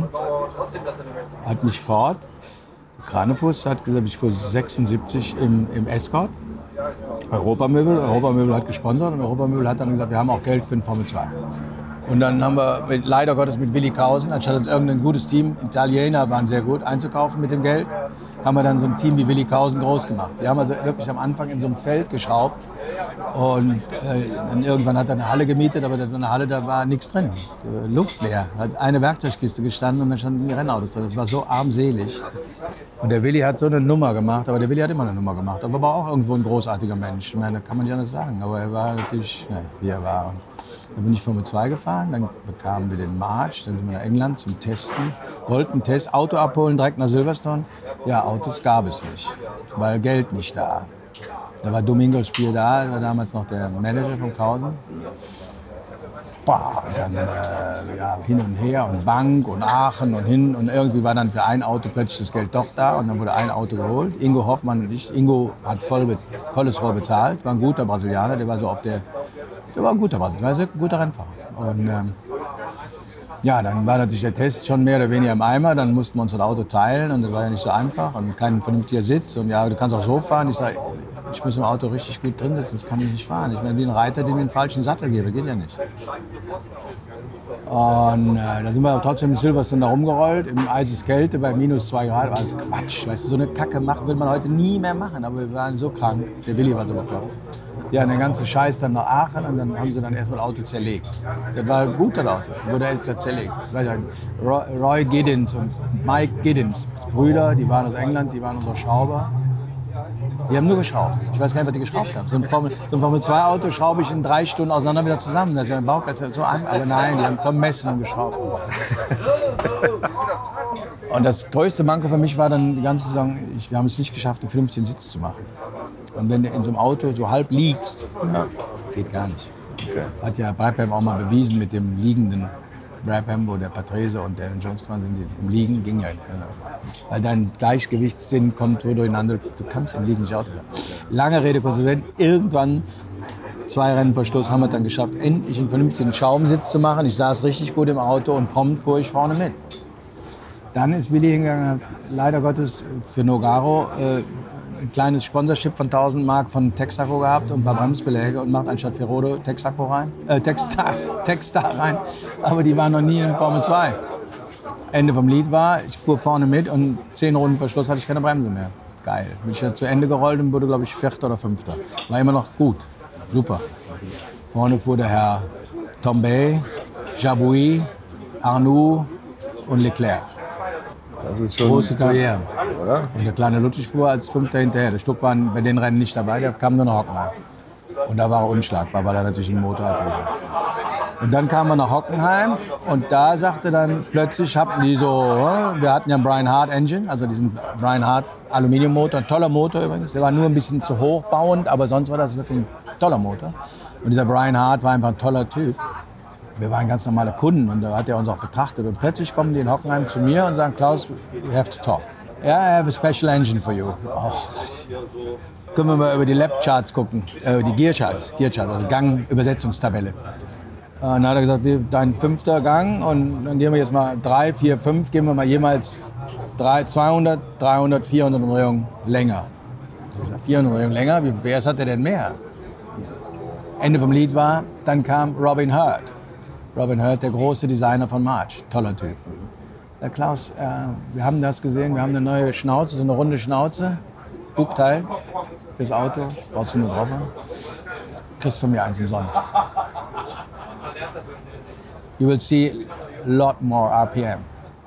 hat mich Ford, Kranefuß hat gesagt, ich fuhr 76 im Escort. Europamöbel hat gesponsert und Europamöbel hat dann gesagt, wir haben auch Geld für den Formel 2. Und dann haben wir leider Gottes mit Willi Kausen, anstatt uns irgendein gutes Team, Italiener waren sehr gut, einzukaufen mit dem Geld, haben wir dann so ein Team wie Willi Kausen groß gemacht. Wir haben also wirklich am Anfang in so einem Zelt geschraubt und dann irgendwann hat er eine Halle gemietet, aber in der Halle da war nichts drin, Luft leer. Hat eine Werkzeugkiste gestanden und dann standen die Rennautos drin. Das war so armselig. Und der Willi hat so eine Nummer gemacht, aber der Willi hat immer eine Nummer gemacht. Aber war auch irgendwo ein großartiger Mensch. Ich meine, kann man ja nicht sagen, aber er war natürlich, wie er war. Und dann bin ich Formel 2 gefahren, dann bekamen wir den March, dann sind wir nach England zum Testen, wollten Auto abholen, direkt nach Silverstone. Ja, Autos gab es nicht, weil Geld nicht da. Da war Domingo Spiel da, war damals noch der Manager von Kausen. Und dann hin und her und Bank und Aachen und hin und irgendwie war dann für ein Auto plötzlich das Geld doch da und dann wurde ein Auto geholt. Ingo Hoffmann und ich. Ingo hat volles Rohr bezahlt, war ein guter Brasilianer, der war ein guter Brasilianer, war ein guter Rennfahrer. Und dann war natürlich der Test schon mehr oder weniger im Eimer, dann mussten wir uns das Auto teilen und das war ja nicht so einfach und kein vernünftiger Sitz und du kannst auch so fahren. Ich sage, ich muss im Auto richtig gut drin sitzen, das kann ich nicht fahren. Ich bin wie ein Reiter, dem ich einen falschen Sattel gebe, geht ja nicht. Und da sind wir trotzdem in Silverstone da rumgerollt, im eises Kälte bei minus 2 Grad, war alles Quatsch. Weißt du, so eine Kacke würde man heute nie mehr machen, aber wir waren so krank, der Willi war so bekloppt. Ja, und der ganze Scheiß dann nach Aachen und dann haben sie dann erstmal das Auto zerlegt. Das war gut, das Auto, wurde er zerlegt. Roy Giddens und Mike Giddens, Brüder, die waren aus England, die waren unsere Schrauber. Die haben nur geschraubt. Ich weiß gar nicht, was die geschraubt haben. So ein Formel-2-Auto schraube ich in 3 Stunden auseinander wieder zusammen. Das ist ja ein Bauch, das ist so an. Aber nein, die haben vermessen und geschraubt. Und das größte Manko für mich war dann die ganze Saison, wir haben es nicht geschafft, einen 15 Sitz zu machen. Und wenn du in so einem Auto so halb liegst, geht gar nicht. Okay. Hat ja Brabham auch mal bewiesen mit dem liegenden Brabham, wo der Patrese und der Jones gefahren sind, im Liegen ging ja. Weil dein Gleichgewichtssinn kommt so durcheinander, du kannst im Liegen nicht Auto fahren. Lange Rede, kurzer Sinn, irgendwann 2 Rennen vor Schluss haben wir dann geschafft, endlich einen vernünftigen Schaumsitz zu machen. Ich saß richtig gut im Auto und prompt fuhr ich vorne mit. Dann ist Willi hingegangen, hat leider Gottes für Nogaro ein kleines Sponsorship von 1000 Mark von Texaco gehabt und ein paar Bremsbeläge und macht anstatt Ferodo Texaco rein, Textar rein. Aber die waren noch nie in Formel 2. Ende vom Lied war, ich fuhr vorne mit und 10 Runden vor Schluss hatte ich keine Bremse mehr. Geil. Bin ich ja zu Ende gerollt und wurde, glaube ich, 4. oder 5. War immer noch gut. Super. Vorne fuhr der Herr Tombay, Jabouille, Arnoux und Leclerc. Das ist schon große Karriere. Oder? Und der kleine Ludwig fuhr als 5. hinterher. Der Stuck war bei den Rennen nicht dabei, der kam nur nach Hockenheim. Und da war er unschlagbar, weil er natürlich einen Motor hatte. Und dann kamen wir nach Hockenheim und da sagte dann plötzlich, hatten die so, wir hatten ja einen Brian Hart Engine, also diesen Brian Hart Aluminiummotor, ein toller Motor übrigens. Der war nur ein bisschen zu hochbauend, aber sonst war das wirklich ein toller Motor. Und dieser Brian Hart war einfach ein toller Typ. Wir waren ganz normale Kunden und da hat er uns auch betrachtet. Und plötzlich kommen die in Hockenheim zu mir und sagen, Klaus, we have to talk. Yeah, I have a special engine for you. Oh, können wir mal über die Lap-Charts gucken, die Gear-Charts, also Gang-Übersetzungstabelle. Dann hat er gesagt, dein 5. Gang und dann gehen wir jetzt mal 3, 4, 5, gehen wir mal jemals 200, 300, 400 Umdrehungen länger. Ich gesagt, 400 Umdrehungen länger, wie viel PS hat er denn mehr? Ende vom Lied war, dann kam Robin Hurt. Robin Hurt, der große Designer von March, toller Typ. Der Klaus, wir haben das gesehen, wir haben eine neue Schnauze, so eine runde Schnauze, Bugteil fürs Auto, brauchst du nur drauf haben. Kriegst von mir eins umsonst. You will see a lot more RPM.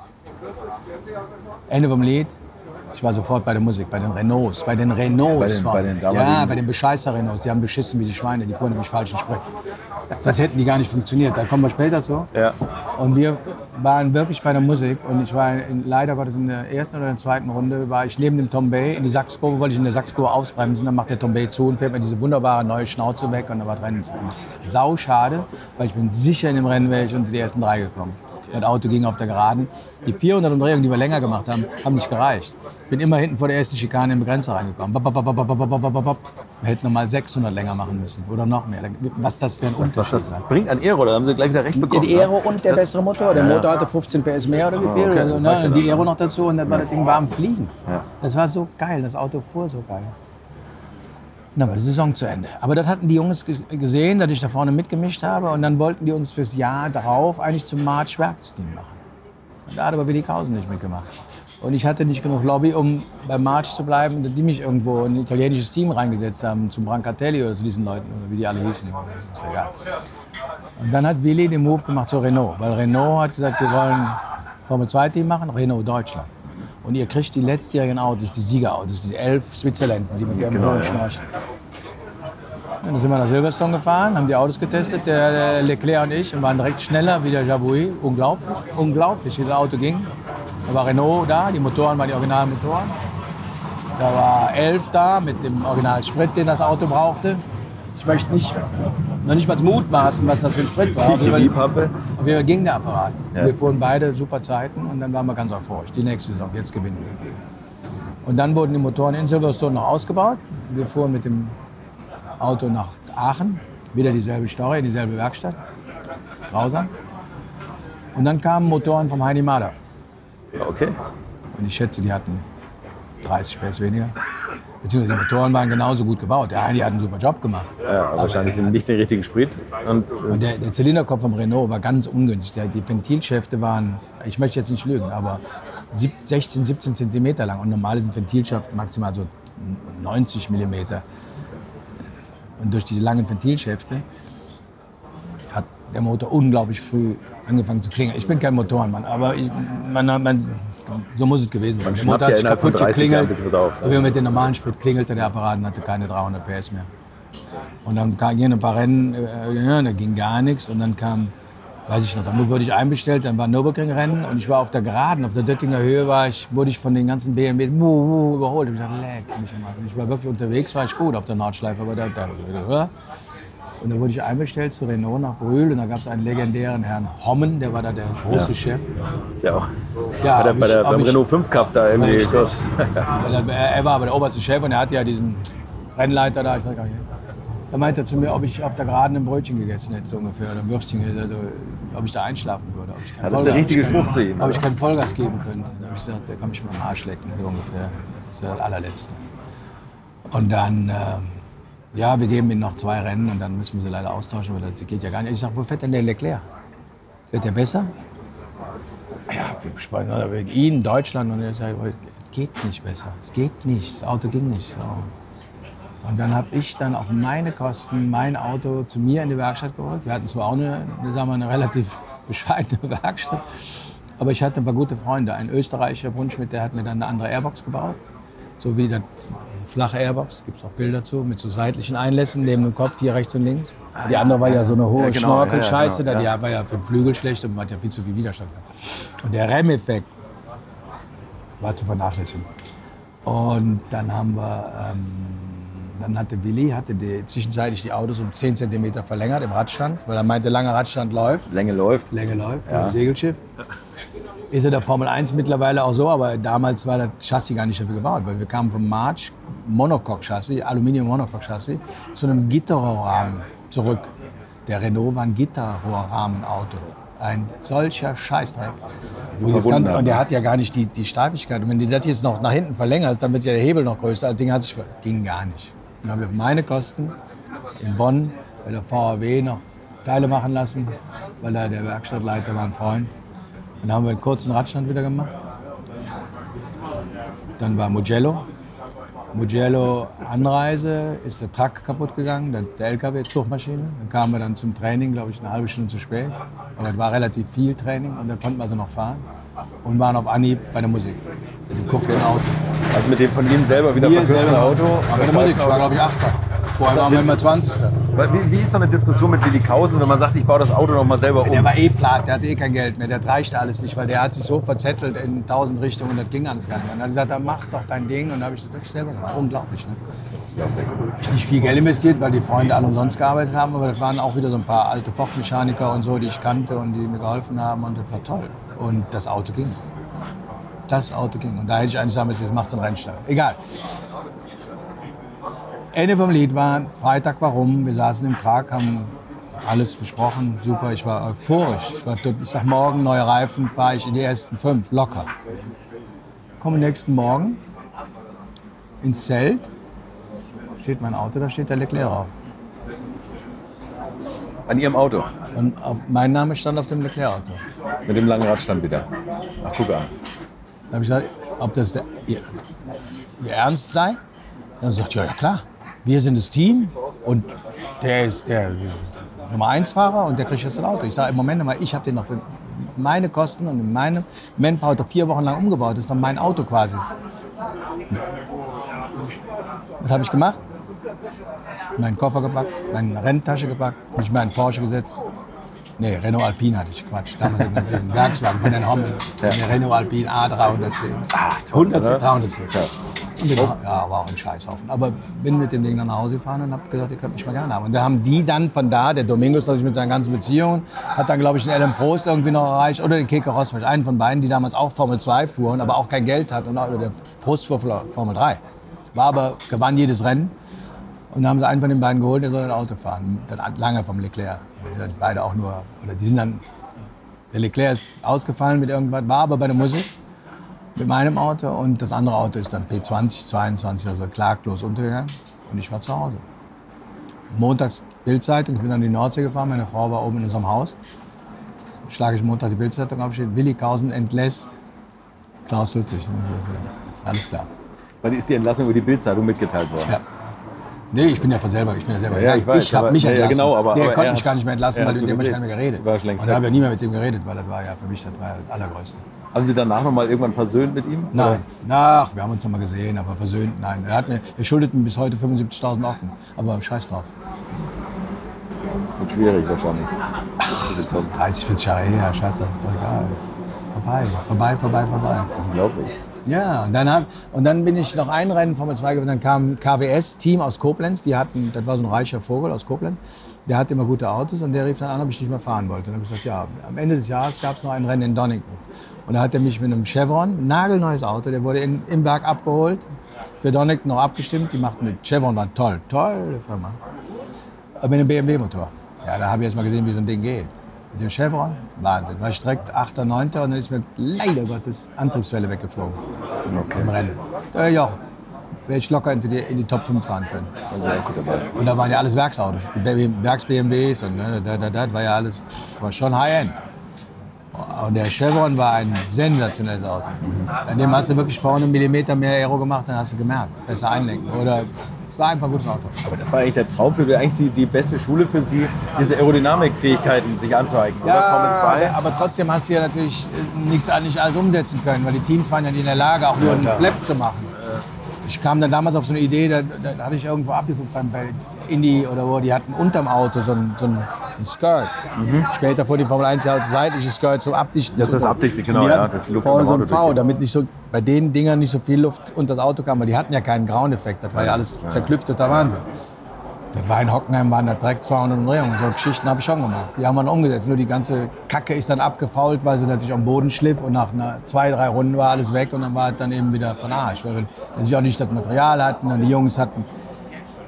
Ende vom Lied. Ich war sofort bei der Musik, bei den Renaults. Bei den Bescheißer Renaults. Die haben beschissen wie die Schweine, die fuhren nämlich falschen Sprit. Sonst hätten die gar nicht funktioniert. Da kommen wir später zu. Ja. Und wir waren wirklich bei der Musik. Und ich war, leider war das in der ersten oder in der zweiten Runde, war ich neben dem Tom Bay in die Sachskurve, wollte ich in der Sachskurve ausbremsen. Dann macht der Tom Bay zu und fährt mir diese wunderbare neue Schnauze weg. Und dann war das Rennen zu Ende. Sau schade, weil ich bin sicher in dem Rennen wäre ich unter die ersten 3 gekommen. Das Auto ging auf der Geraden. Die 400 Umdrehungen, die wir länger gemacht haben, haben nicht gereicht. Ich bin immer hinten vor der ersten Schikane in den Begrenzer reingekommen. Wir hätten nochmal 600 länger machen müssen oder noch mehr. Was das für ein Unterschied was das bringt an Aero, da haben Sie gleich wieder recht bekommen. Die Aero und der bessere Motor. Der Motor hatte 15 PS mehr oder wie viel. Okay, also, die Aero noch dazu und dann war das Ding warm fliegen. Ja. Das war so geil, das Auto fuhr so geil. Dann war die Saison zu Ende. Aber das hatten die Jungs gesehen, dass ich da vorne mitgemischt habe. Und dann wollten die uns fürs Jahr darauf eigentlich zum March-Werksteam machen. Und da hat aber Willi Kausen nicht mitgemacht. Und ich hatte nicht genug Lobby, um beim March zu bleiben, dass die mich irgendwo in ein italienisches Team reingesetzt haben, zum Brancatelli oder zu diesen Leuten, oder wie die alle hießen. Das ist egal. Und dann hat Willi den Move gemacht zu Renault. Weil Renault hat gesagt, wir wollen Formel-2-Team machen, Renault Deutschland. Und ihr kriegt die letztjährigen Autos, die Siegerautos, die 11 Switzerländer, die mit ihrem hohen Schnorchen. Dann sind wir nach Silverstone gefahren, haben die Autos getestet, der Leclerc und ich, und waren direkt schneller wie der Jabouille. Unglaublich, wie das Auto ging. Da war Renault da, die Motoren waren die Originalmotoren. Da war 11 da mit dem Originalsprit, den das Auto brauchte. Ich möchte noch nicht mal mutmaßen, was das für ein Sprit war. Auf jeden Fall ging der Apparat. Ja. Wir fuhren beide super Zeiten und dann waren wir ganz euphorisch. Die nächste Saison, jetzt gewinnen wir. Und dann wurden die Motoren in Silverstone noch ausgebaut. Wir fuhren mit dem Auto nach Aachen, wieder dieselbe Story, dieselbe Werkstatt. Grausam. Und dann kamen Motoren vom Heini Mader. Okay. Und ich schätze, die hatten 30 PS weniger. Beziehungsweise die Motoren waren genauso gut gebaut. Der Heini hat einen super Job gemacht. Ja, wahrscheinlich nicht den richtigen Sprit. Und der Zylinderkopf vom Renault war ganz ungünstig. Die Ventilschäfte waren, ich möchte jetzt nicht lügen, aber 16, 17 Zentimeter lang. Und normal ist ein Ventilschaft maximal so 90 Millimeter. Und durch diese langen Ventilschäfte hat der Motor unglaublich früh angefangen zu klingeln. Ich bin kein Motorenmann, aber so muss es gewesen sein. Der Motor hat sich kaputt geklingelt. Aber mit dem normalen Sprit klingelte der Apparat und hatte keine 300 PS mehr. Und dann gingen ein paar Rennen, da ging gar nichts. Und dann kam, weiß ich noch, dann wurde ich einbestellt, dann war ein Nürburgring-Rennen und ich war auf der Geraden, auf der Döttinger Höhe wurde ich von den ganzen BMW überholt. Ich dachte, leck mich mal. Ich war wirklich unterwegs, war ich gut auf der Nordschleife, aber und dann wurde ich einbestellt zu Renault nach Brühl und da gab es einen legendären Herrn Hommen, der war da der große Chef. Der auch. Ja, beim Renault 5 Cup da irgendwie. Er war aber der oberste Chef und er hatte ja diesen Rennleiter da, ich weiß gar nicht. Da meinte er zu mir, ob ich auf der Geraden ein Brötchen gegessen hätte, so ungefähr, oder ein Würstchen, also, ob ich da einschlafen würde. Das ist der richtige Spruch zu ihm. Ob ich keinen Vollgas geben könnte. Da habe ich gesagt, der kann mich mal am Arsch lecken, so ungefähr. Das ist der allerletzte. Und dann, ja, wir geben ihm noch 2 Rennen und dann müssen wir sie leider austauschen, weil das geht ja gar nicht. Ich sage, wo fährt denn der Leclerc? Wird der besser? Ja, wir besprechen wegen ihn, Deutschland. Und er sagt, es geht nicht besser. Es geht nicht, das Auto ging nicht. So. Und dann habe ich dann auf meine Kosten mein Auto zu mir in die Werkstatt geholt. Wir hatten zwar auch eine relativ bescheidene Werkstatt, aber ich hatte ein paar gute Freunde. Ein österreichischer Brunschmidt, der hat mir dann eine andere Airbox gebaut. So wie das flache Airbox, gibt es auch Bilder zu, mit so seitlichen Einlässen neben dem Kopf, hier rechts und links. Die andere war ja so eine hohe Schnorkelscheiße, die war ja für den Flügel schlecht und man hat ja viel zu viel Widerstand gehabt. Und der Renneffekt war zu vernachlässigen. Und dann haben wir... Dann hatte Willi zwischenzeitlich die Autos um 10 cm verlängert im Radstand, weil er meinte, langer Radstand läuft. Länge läuft, ja. Im Segelschiff. Ist er der Formel 1 mittlerweile auch so, aber damals war das Chassis gar nicht dafür gebaut, weil wir kamen vom March Monocoque-Chassis, Aluminium-Monocoque-Chassis, zu einem Gitterrohrrahmen zurück. Der Renault war ein Gitterrohrrahmenauto. Ein solcher Scheißdreck. Und der hat ja gar nicht die Steifigkeit. Und wenn du das jetzt noch nach hinten verlängerst, dann wird ja der Hebel noch größer. Das Ding ging gar nicht. Dann habe ich auf meine Kosten in Bonn bei der VAW noch Teile machen lassen, weil da der Werkstattleiter war ein Freund. Und dann haben wir einen kurzen Radstand wieder gemacht. Dann war Mugello. Mugello Anreise, ist der Truck kaputt gegangen, der LKW-Zugmaschine. Dann kamen wir dann zum Training, glaube ich, eine halbe Stunde zu spät. Aber es war relativ viel Training und dann konnten wir also noch fahren. Und waren auf Anhieb bei der Musik. Mit dem kurzen Auto. Also mit dem von Ihnen selber wieder verkürzten Auto? Bei der Musik, ich war glaube ich 8. Vorher waren wir immer 20. Wie ist so eine Diskussion mit Willi Kausen, wenn man sagt, ich baue das Auto noch mal selber um? Der war platt, der hatte kein Geld mehr, der reichte alles nicht, weil der hat sich so verzettelt in 1000 Richtungen, das ging alles gar nicht mehr. Und dann hat er gesagt, mach doch dein Ding. Und dann habe ich das wirklich selber gemacht. Unglaublich, ne? Habe ich nicht viel Geld investiert, weil die Freunde alle umsonst gearbeitet haben, aber das waren auch wieder so ein paar alte Fachmechaniker und so, die ich kannte und die mir geholfen haben und das war toll. Und das Auto ging. Das Auto ging. Und da hätte ich eigentlich sagen müssen, jetzt machst du einen Rennstall. Egal. Ende vom Lied war, Freitag war rum, wir saßen im Truck, haben alles besprochen, super, ich war euphorisch. Ich sag, morgen, neue Reifen, fahre ich in die ersten 5, locker. Komme nächsten Morgen ins Zelt, steht mein Auto, da steht der Leclerc drauf. An Ihrem Auto? Und mein Name stand auf dem Leclerc-Auto. Mit dem langen Radstand wieder? Ach, guck an. Da habe ich gesagt, ob das ihr Ernst sei? Dann sagt ja klar. Wir sind das Team und der ist der Nummer 1-Fahrer und der kriegt jetzt ein Auto. Ich sage, im Moment mal, ich habe den noch für meine Kosten und in meinem Manpower 4 Wochen lang umgebaut. Das ist doch mein Auto quasi. Was habe ich gemacht? Meinen Koffer gepackt, meine Renntasche gepackt, mich in meinen Porsche gesetzt. Nee, Renault Alpine hatte ich, Quatsch. Damals den Werkswagen von den Hommel. Ja. Der Renault Alpine A310. Ach, toll, 310. Ja, war auch ein Scheißhaufen. Aber bin mit dem Ding dann nach Hause gefahren und habe gesagt, ihr könnt mich mal gerne haben. Und da haben die dann von da, der Domingos, glaube ich, mit seinen ganzen Beziehungen, hat dann, glaube ich, den Alain Prost irgendwie noch erreicht oder den Keke Rosberg, einen von beiden, die damals auch Formel 2 fuhren, aber auch kein Geld hatten. Oder der Prost fuhr Formel 3. War aber, gewann jedes Rennen. Und dann haben sie einen von den beiden geholt, der soll ein Auto fahren. Dann lange vom Leclerc. Wir sind beide auch nur, oder die sind dann, der Leclerc ist ausgefallen mit irgendwas, war aber bei der Musik. Mit meinem Auto und das andere Auto ist dann P20, 22, also klaglos untergegangen und ich war zu Hause. Montags Bildzeitung, ich bin dann in die Nordsee gefahren, meine Frau war oben in unserem Haus. Schlage ich Montag die Bildzeitung auf, steht Willi Kausen entlässt Klaus Ludwig. Alles klar. Wann ist die Entlassung über die Bildzeitung mitgeteilt worden? Ja. Nee, ich bin ja selber. Ja, ich weiß, ich habe mich entlassen. Ja, genau, aber der konnte mich gar nicht mehr entlassen, weil mit dem habe ich gar nicht mehr geredet. Und da habe ich ja nie mehr mit dem geredet, weil das war ja für mich das Allergrößte. Haben Sie danach noch mal irgendwann versöhnt mit ihm? Nein. Ach, wir haben uns noch mal gesehen, aber versöhnt, nein. Er schuldet mir bis heute 75.000 Ocken, aber scheiß drauf. Wird schwierig wahrscheinlich. Ach, das ist doch 30, 40 Jahre her, scheiß drauf, ist doch egal. Vorbei. Unglaublich. Ja, und dann bin ich noch ein Rennen Formel 2 gewonnen. Dann kam KWS-Team aus Koblenz, das war so ein reicher Vogel aus Koblenz. Der hatte immer gute Autos und der rief dann an, ob ich nicht mehr fahren wollte. Und dann habe ich gesagt, ja, am Ende des Jahres gab es noch ein Rennen in Donington. Und da hat er mich mit einem Chevron, ein nagelneues Auto, der wurde im Werk abgeholt, für Donington noch abgestimmt. Die machten mit Chevron, war tolle Firma. Aber mit einem BMW-Motor. Ja, da habe ich erst mal gesehen, wie so ein Ding geht. Mit dem Chevron, Wahnsinn. War ich direkt 8., 9. und dann ist mir leider Gottes Antriebswelle weggeflogen. Okay. Im Rennen. Ja, wäre ich locker in die Top 5 fahren können. Sehr gut dabei. Und da waren ja alles Werksautos, die Werks-BMWs und das war ja alles, war schon High-End. Und der Chevron war ein sensationelles Auto. An dem hast du wirklich vorne einen Millimeter mehr Aero gemacht, dann hast du gemerkt, besser einlenken. Oder es war einfach ein gutes Auto. Aber das war eigentlich der Traum für eigentlich die beste Schule für Sie, diese Aerodynamikfähigkeiten sich anzueignen, ja, oder? Formel 2? Aber trotzdem hast du ja natürlich nicht alles umsetzen können, weil die Teams waren ja nicht in der Lage, auch nur einen Flap zu machen. Ich kam dann damals auf so eine Idee, da hatte ich irgendwo abgeguckt bei Indy oder wo, die hatten unterm Auto so ein Skirt. Später vor die Formel 1 ja so seitliches Skirt zum Abdichten. Das ist das Abdichten, genau, ja. Das ist Luft vorne so ein V, damit nicht so, bei den Dingern nicht so viel Luft unter das Auto kam, weil die hatten ja keinen Ground-Effekt, das war ja alles zerklüfteter Wahnsinn. Das war in Hockenheim, waren da direkt 200 Umdrehungen. So Geschichten habe ich schon gemacht. Die haben wir dann umgesetzt. Nur die ganze Kacke ist dann abgefault, weil sie natürlich am Boden schliff. Und nach 2, 3 Runden war alles weg und dann war es dann eben wieder von Arsch. Weil wir natürlich auch nicht das Material hatten und die Jungs hatten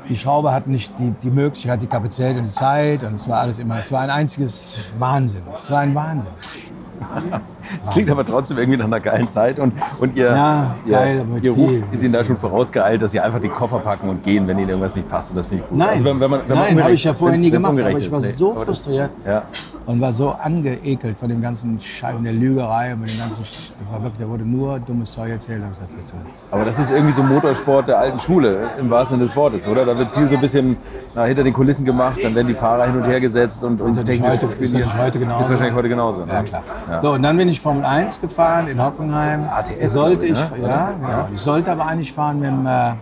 die Schrauber hatten nicht die Möglichkeit, die Kapazität und die Zeit. Und es war alles immer, es war ein einziges Wahnsinn. Es war ein Wahnsinn. Das klingt aber trotzdem irgendwie nach einer geilen Zeit. Und ihr, geil, aber ihr Ruf viel. ist Ihnen da schon vorausgeeilt, dass Sie einfach die Koffer packen und gehen, wenn Ihnen irgendwas nicht passt. Und das finde ich gut. Nein, also wenn man habe ich ja vorher nie gemacht. Aber ungerecht ich war ist, so frustriert Ja. und war so angeekelt von dem ganzen Scheiben der Lügerei und mit dem ganzen. Da wurde nur dummes Zeug erzählt. Da hab ich gesagt, Aber das ist irgendwie so Motorsport der alten Schule, im wahrsten Sinne des Wortes, oder? Da wird viel so ein bisschen hinter den Kulissen gemacht, dann werden die Fahrer hin und her gesetzt und technisch ist heute genauso. Ist wahrscheinlich heute genauso. Ne? Ja, klar. Ja. So, und dann bin ich Formel 1 gefahren in Hockenheim. ATS, sollte glaube ich, ich, ne? ja, genau. Ich sollte aber eigentlich fahren mit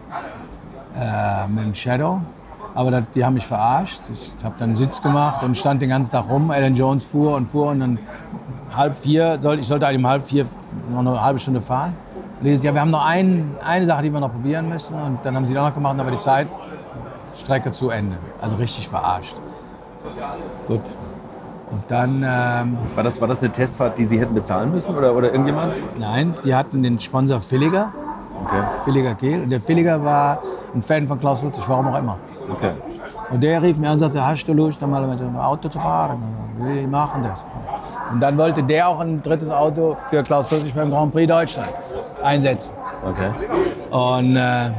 dem Shadow. Aber die haben mich verarscht. Ich habe dann einen Sitz gemacht und stand den ganzen Tag rum. Alan Jones fuhr und dann 3:30, ich sollte eigentlich um 3:30 noch eine halbe Stunde fahren. Und die gesagt, ja, wir haben noch eine Sache, die wir noch probieren müssen. Und dann haben sie das noch gemacht, aber die Zeitstrecke zu Ende. Also richtig verarscht. Gut. Und dann... War das eine Testfahrt, die Sie hätten bezahlen müssen oder irgendjemand? Nein, die hatten den Sponsor Villiger. Okay. Villiger Kehl. Und der Villiger war ein Fan von Klaus Ludwig, warum auch immer. Okay. Und der rief mir an und sagte, hast du Lust, einmal mit einem Auto zu fahren? Wir machen das. Und dann wollte der auch ein drittes Auto für Klaus Ludwig beim Grand Prix Deutschland einsetzen. Okay. Und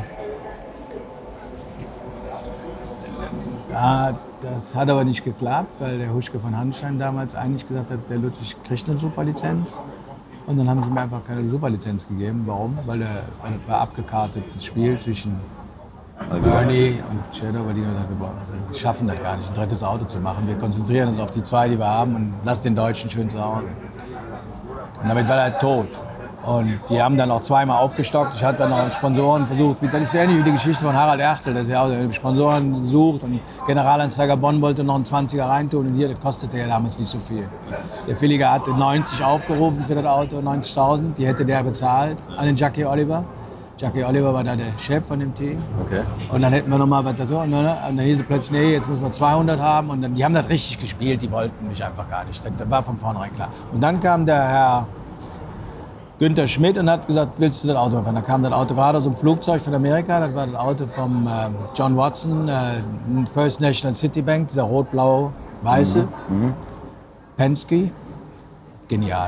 das hat aber nicht geklappt, weil der Huschke von Hanstein damals eigentlich gesagt hat, der Ludwig kriegt eine Superlizenz. Und dann haben sie mir einfach keine Superlizenz gegeben. Warum? Weil das war abgekartetes Spiel zwischen Bernie und Shadow, weil die gesagt haben, wir schaffen das gar nicht, ein drittes Auto zu machen. Wir konzentrieren uns auf die zwei, die wir haben und lassen den Deutschen schön zu Hause. Und damit war er tot. Und die haben dann auch zweimal aufgestockt. Ich hatte dann noch Sponsoren versucht. Das ist ja ähnlich wie die Geschichte von Harald Ertel. Das ist ja auch Sponsoren gesucht. Und Generalanzeiger Bonn wollte noch einen 20er reintun. Und hier, das kostete ja damals nicht so viel. Der Villiger hatte 90 aufgerufen für das Auto, 90.000. Die hätte der bezahlt an den Jackie Oliver. Jackie Oliver war da der Chef von dem Team. Okay. Und dann hätten wir noch mal was da so. Und dann hieß es plötzlich, nee, jetzt müssen wir 200 haben. Und dann, die haben das richtig gespielt. Die wollten mich einfach gar nicht. Das war von vornherein klar. Und dann kam der Herr Günther Schmidt und hat gesagt, willst du das Auto fahren? Da kam das Auto gerade aus dem Flugzeug von Amerika. Das war das Auto von John Watson, First National City Bank, dieser rot-blau-weiße. Penske. Genial.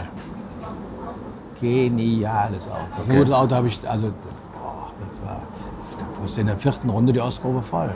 Geniales Auto. Okay. So ein gutes Auto habe ich, also, das war in der 4. Runde die Ostkurve voll.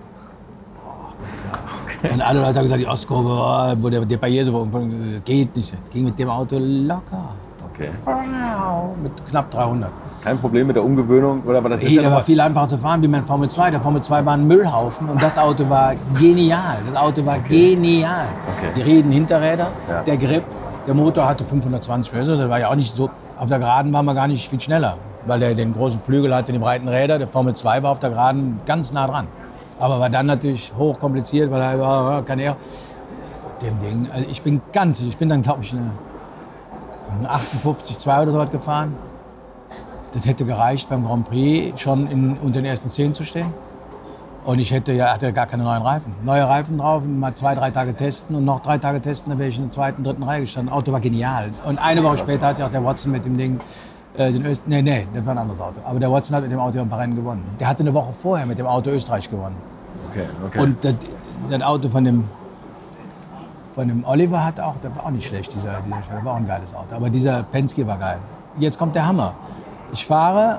Okay. Und alle Leute haben gesagt, die Ostkurve, wo der Barriere so war, das geht nicht. Das ging mit dem Auto locker. Okay. Mit knapp 300. Kein Problem mit der Umgewöhnung? Oder war das Der war viel einfacher zu fahren wie mein Formel 2. Der Formel 2 war ein Müllhaufen und das Auto war genial. Das Auto war genial. Okay. Die Riedenhinterräder, der Grip, der Motor hatte 520 PS. Das war ja auch nicht so. Auf der Geraden waren wir gar nicht viel schneller, weil der den großen Flügel hatte, die breiten Räder. Der Formel 2 war auf der Geraden ganz nah dran. Aber war dann natürlich hochkompliziert, weil er war, kann er. Dem Ding, also ich bin dann, glaube ich, eine 58,2 oder so gefahren. Das hätte gereicht, beim Grand Prix schon unter den ersten 10 zu stehen. Und ich hatte gar keine neuen Reifen. Neue Reifen drauf, mal 2-3 Tage testen und noch 3 Tage testen, dann wäre ich in der 2., 3. Reihe gestanden. Das Auto war genial. Und eine Woche später hat ja auch der Watson mit dem Ding, das war ein anderes Auto. Aber der Watson hat mit dem Auto ein paar Rennen gewonnen. Der hatte eine Woche vorher mit dem Auto Österreich gewonnen. Okay. Und das Auto von dem Oliver das war auch nicht schlecht, dieser das war auch ein geiles Auto. Aber dieser Penske war geil. Jetzt kommt der Hammer. Ich fahre,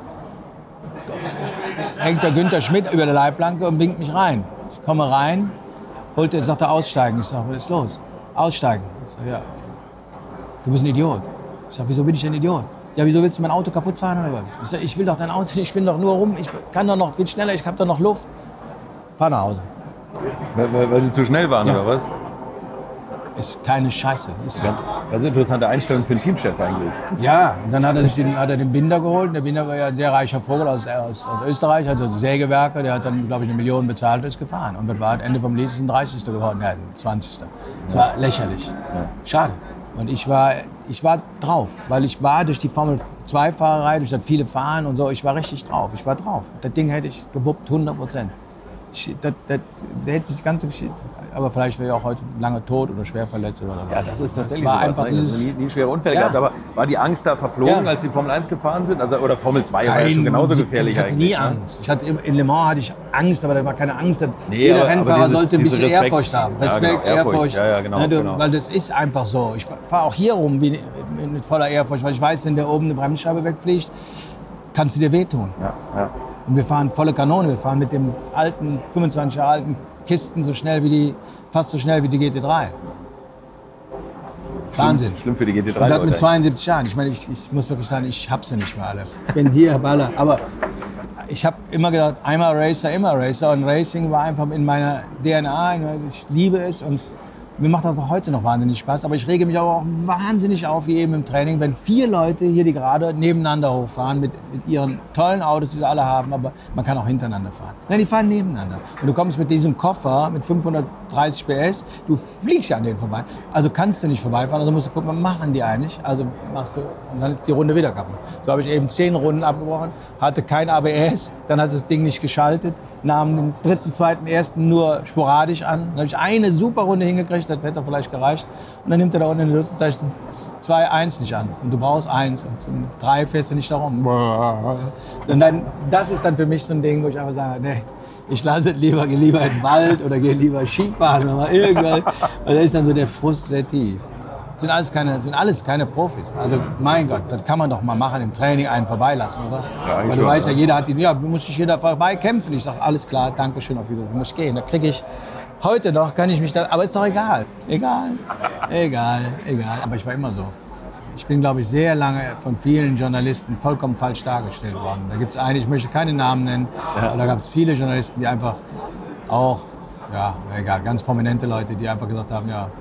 hängt der Günther Schmidt über der Leitplanke und winkt mich rein. Ich komme rein, sagt er aussteigen. Ich sage, was ist los? Aussteigen. Ich sage, ja, du bist ein Idiot. Ich sage, wieso bin ich ein Idiot? Ja, wieso willst du mein Auto kaputt fahren oder was? Ich sage, ich will doch dein Auto nicht, ich bin doch nur rum, ich kann doch noch viel schneller, ich habe doch noch Luft. Fahr nach Hause. Weil sie zu schnell waren, oder was? Ist keine Scheiße. Das ist ganz interessante Einstellung für einen Teamchef eigentlich. Ja, und dann hat er den Binder geholt. Der Binder war ja ein sehr reicher Vogel aus Österreich, also Sägewerker. Der hat dann, glaube ich, 1 Million bezahlt und ist gefahren. Und das war am Ende vom Lied ein 30. geworden, 20. Das war lächerlich. Ja. Schade. Und ich war drauf, weil ich war durch die Formel 2-Fahrerei, durch das viele Fahren und so, ich war richtig drauf. Ich war drauf. Das Ding hätte ich gewuppt, 100%. der hätte sich die ganze Geschichte, aber vielleicht wäre er auch heute lange tot oder schwer verletzt oder was. Ja, das ist tatsächlich war sowas. einfach Ne? dieses, nie schwere Unfälle gehabt, aber war die Angst da verflogen, als die Formel 1 gefahren sind? Also, oder Formel 2 war ja schon genauso gefährlich Ich hatte nie eigentlich, Angst. In Le Mans hatte ich Angst, aber da war keine Angst. Nee, Jeder aber Rennfahrer sollte ein dieses bisschen Respekt. Ehrfurcht haben. Ja, Respekt, genau, Ehrfurcht. Ja, genau, Ne, genau. Weil das ist einfach so. Ich fahre auch hier rum mit voller Ehrfurcht, weil ich weiß, wenn da oben eine Bremsscheibe wegfliegt, kannst du dir wehtun. Ja. Und wir fahren volle Kanone. Wir fahren mit dem alten, 25 Jahre alten Kisten fast so schnell wie die GT3. Wahnsinn. Schlimm für die GT3. Und das mit 72 Jahren. Ich meine, ich muss wirklich sagen, ich hab's ja nicht mehr alle. Ich bin hier, Baller. Aber ich habe immer gedacht, einmal Racer, immer Racer. Und Racing war einfach in meiner DNA. Ich liebe es und mir macht das auch heute noch wahnsinnig Spaß. Aber ich rege mich auch wahnsinnig auf, wie eben im Training, wenn 4 Leute hier die Gerade nebeneinander hochfahren mit ihren tollen Autos, die sie alle haben. Aber man kann auch hintereinander fahren. Nein, die fahren nebeneinander. Und du kommst mit diesem Koffer mit 530 PS, du fliegst ja an denen vorbei. Also kannst du nicht vorbeifahren, also musst du gucken, was machen die eigentlich. Also machst du, und dann ist die Runde wieder kaputt. So habe ich eben 10 Runden abgebrochen, hatte kein ABS, dann hat das Ding nicht geschaltet, nahm den 3., 2., 1. nur sporadisch an. Dann habe ich eine super Runde hingekriegt, das hätte vielleicht gereicht. Und dann nimmt er da unten in den Zeichen 2, 1 nicht an. Und du brauchst 1. Und zum 3 fährst du nicht darum. Und dann, das ist dann für mich so ein Ding, wo ich einfach sage, nee, ich lasse es lieber, gehe lieber in den Wald oder gehe lieber Skifahren oder mal irgendwas. Und da ist dann so der Frust sehr tief. Sind alles keine Profis. Also mein Gott, das kann man doch mal machen im Training, einen vorbeilassen, oder? Ja, weil du weißt ja, jeder hat muss sich jeder vorbeikämpfen. Ich sage, alles klar, danke schön, auf Wiedersehen, muss ich gehen. Da kriege ich heute noch, kann ich mich da, aber ist doch egal. Egal. Aber ich war immer so. Ich bin, glaube ich, sehr lange von vielen Journalisten vollkommen falsch dargestellt worden. Da gibt es einen, ich möchte keine Namen nennen, aber da gab es viele Journalisten, die einfach auch, ja, egal, ganz prominente Leute, die einfach gesagt haben, ja,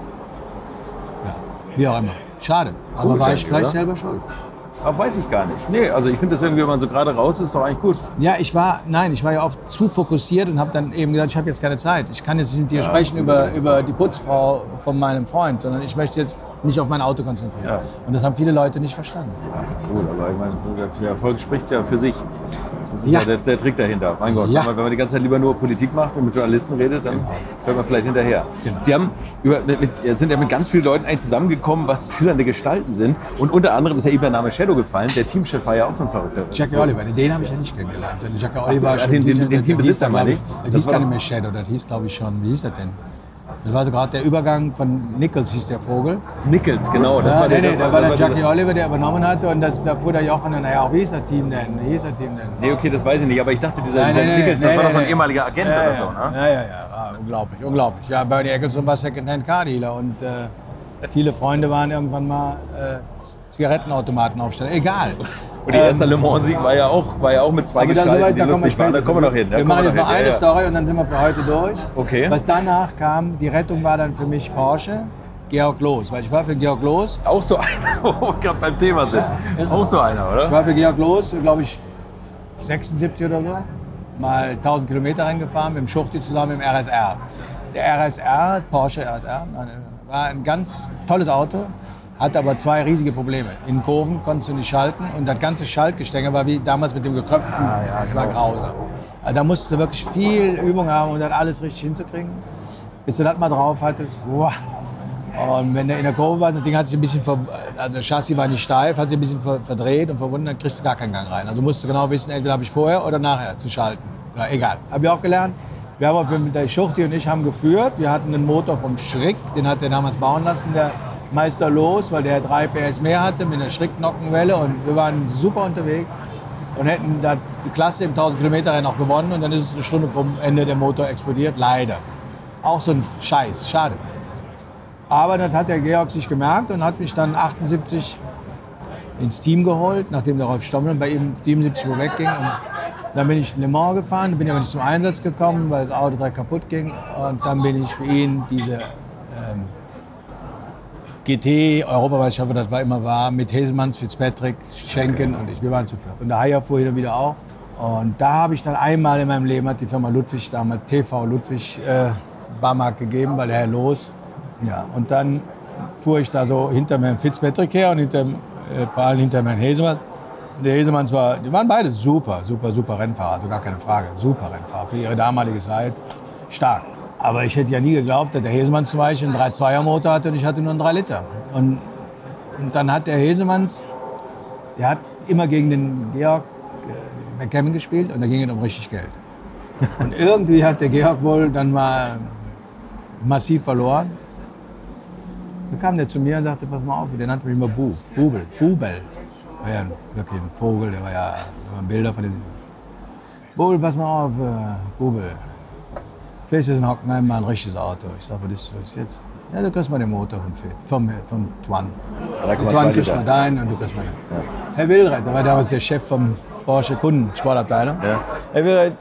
wie auch immer. Schade. Aber war ich vielleicht selber schuld? Aber weiß ich gar nicht. Nee, also ich finde das irgendwie, wenn man so gerade raus ist, doch eigentlich gut. Ja, ich war ja oft zu fokussiert und habe dann eben gesagt, ich habe jetzt keine Zeit. Ich kann jetzt nicht mit dir sprechen über die Putzfrau von meinem Freund, sondern ich möchte jetzt mich auf mein Auto konzentrieren. Ja. Und das haben viele Leute nicht verstanden. Ja, gut, aber ich meine, der Erfolg spricht ja für sich. Das ist ja der Trick dahinter. Mein Gott, wenn man die ganze Zeit lieber nur Politik macht und mit Journalisten redet, dann hört man vielleicht hinterher. Genau. Sie sind ja mit ganz vielen Leuten eigentlich zusammengekommen, was schillernde Gestalten sind. Und unter anderem ist ja eben der Name Shadow gefallen. Der Teamchef war ja auch so ein Verrückter. Jackie Oliver, den habe ich ja nicht kennengelernt. Jackie Oliver den Teambesitzer, meine ich. Das hieß gar nicht mehr Shadow, das hieß, glaube ich, schon, wie hieß das denn? Das war so gerade der Übergang von Nichols, hieß der Vogel. Nichols, genau. Das war der Jackie Oliver, der übernommen hatte. Und da fuhr der Jochen dann, naja, wie hieß das Team denn? Nee, okay, das weiß ich nicht. Aber ich dachte, dieser Nichols, das war doch so ein ehemaliger Agent oder so, ne? Ja, unglaublich. Ja, Bernie Ecclestone war Second-Hand-Car-Dealer und viele Freunde waren irgendwann mal Zigarettenautomatenaufsteller. Egal. Und die erste Le Mans-Sieg war ja auch mit 2 Gestalten, die lustig waren. Da kommen wir noch hin. Wir machen jetzt noch eine Story und dann sind wir für heute durch. Okay. Was danach kam, die Rettung war dann für mich Porsche, Georg Loos. Weil ich war für Georg Loos. Auch so einer, wo wir gerade beim Thema sind. Ja, auch so einer, oder? Ich war für Georg Loos, glaube ich, 76 oder so. Mal 1000 Kilometer reingefahren mit dem Schuchti zusammen im RSR. Der RSR, Porsche RSR, war ein ganz tolles Auto. Hatte aber 2 riesige Probleme. In Kurven konntest du nicht schalten und das ganze Schaltgestänge war wie damals mit dem gekröpften. Das war grausam. Also da musstest du wirklich viel Übung haben, um das alles richtig hinzukriegen. Bis du das mal drauf hattest. Boah. Und wenn du in der Kurve warst, das Ding hat sich ein bisschen, also das Chassis war nicht steif, hat sich ein bisschen verdreht und verwunden, dann kriegst du gar keinen Gang rein. Also musst du genau wissen, entweder habe ich vorher oder nachher zu schalten. Ja, egal. Habe ich auch gelernt. Wir haben der Schuchti und ich haben geführt. Wir hatten einen Motor vom Schrick, den hat er damals bauen lassen, der Meister Loos, weil der 3 PS mehr hatte mit einer Schricknockenwelle und wir waren super unterwegs und hätten da die Klasse im 1000 Kilometer Rennen auch gewonnen und dann ist es eine Stunde vom Ende der Motor explodiert, leider. Auch so ein Scheiß, schade. Aber das hat der Georg sich gemerkt und hat mich dann 78 ins Team geholt, nachdem der Rolf Stommel bei ihm 77 Uhr wegging. Und dann bin ich Le Mans gefahren, bin aber nicht zum Einsatz gekommen, weil das Auto direkt kaputt ging und dann bin ich für ihn diese GT-Europameisterschaft, das war mit Heselmanns, Fitzpatrick, Schenken und ich. Wir waren zu viert. Und der Haier fuhr hin und wieder auch. Und da habe ich dann einmal in meinem Leben, hat die Firma Ludwig, damals TV Ludwig, Barmark gegeben, weil der Herr Loos. Ja, und dann fuhr ich da so hinter meinem Fitzpatrick her und vor allem hinter meinem Heselmann. Der Hesemanns die waren beide super Rennfahrer, also gar keine Frage. Super Rennfahrer, für ihre damalige Zeit stark. Aber ich hätte ja nie geglaubt, dass der Hesemanns zum Beispiel einen 3,2er Motor hatte und ich hatte nur einen 3 Liter. Und dann hat der Hesemanns, der hat immer gegen den Georg McCammon gespielt und da ging es um richtig Geld. Und irgendwie hat der Georg wohl dann mal massiv verloren. Dann kam der zu mir und sagte, pass mal auf, der nannte mich immer Bubel. War ja wirklich ein Vogel, der war ja Bilder von dem. Bubel, pass mal auf, Bubel. Fährst du in Hockenheim mal ein richtiges Auto? Ich sag, was ist jetzt? Ja, du kriegst mal den Motor vom Twan. Twan kriegst mal deinen und du kriegst mal den. Ja. Herr Willreth, der war damals der Chef vom Porsche Kundensportabteilung. Ja. Herr Willreth,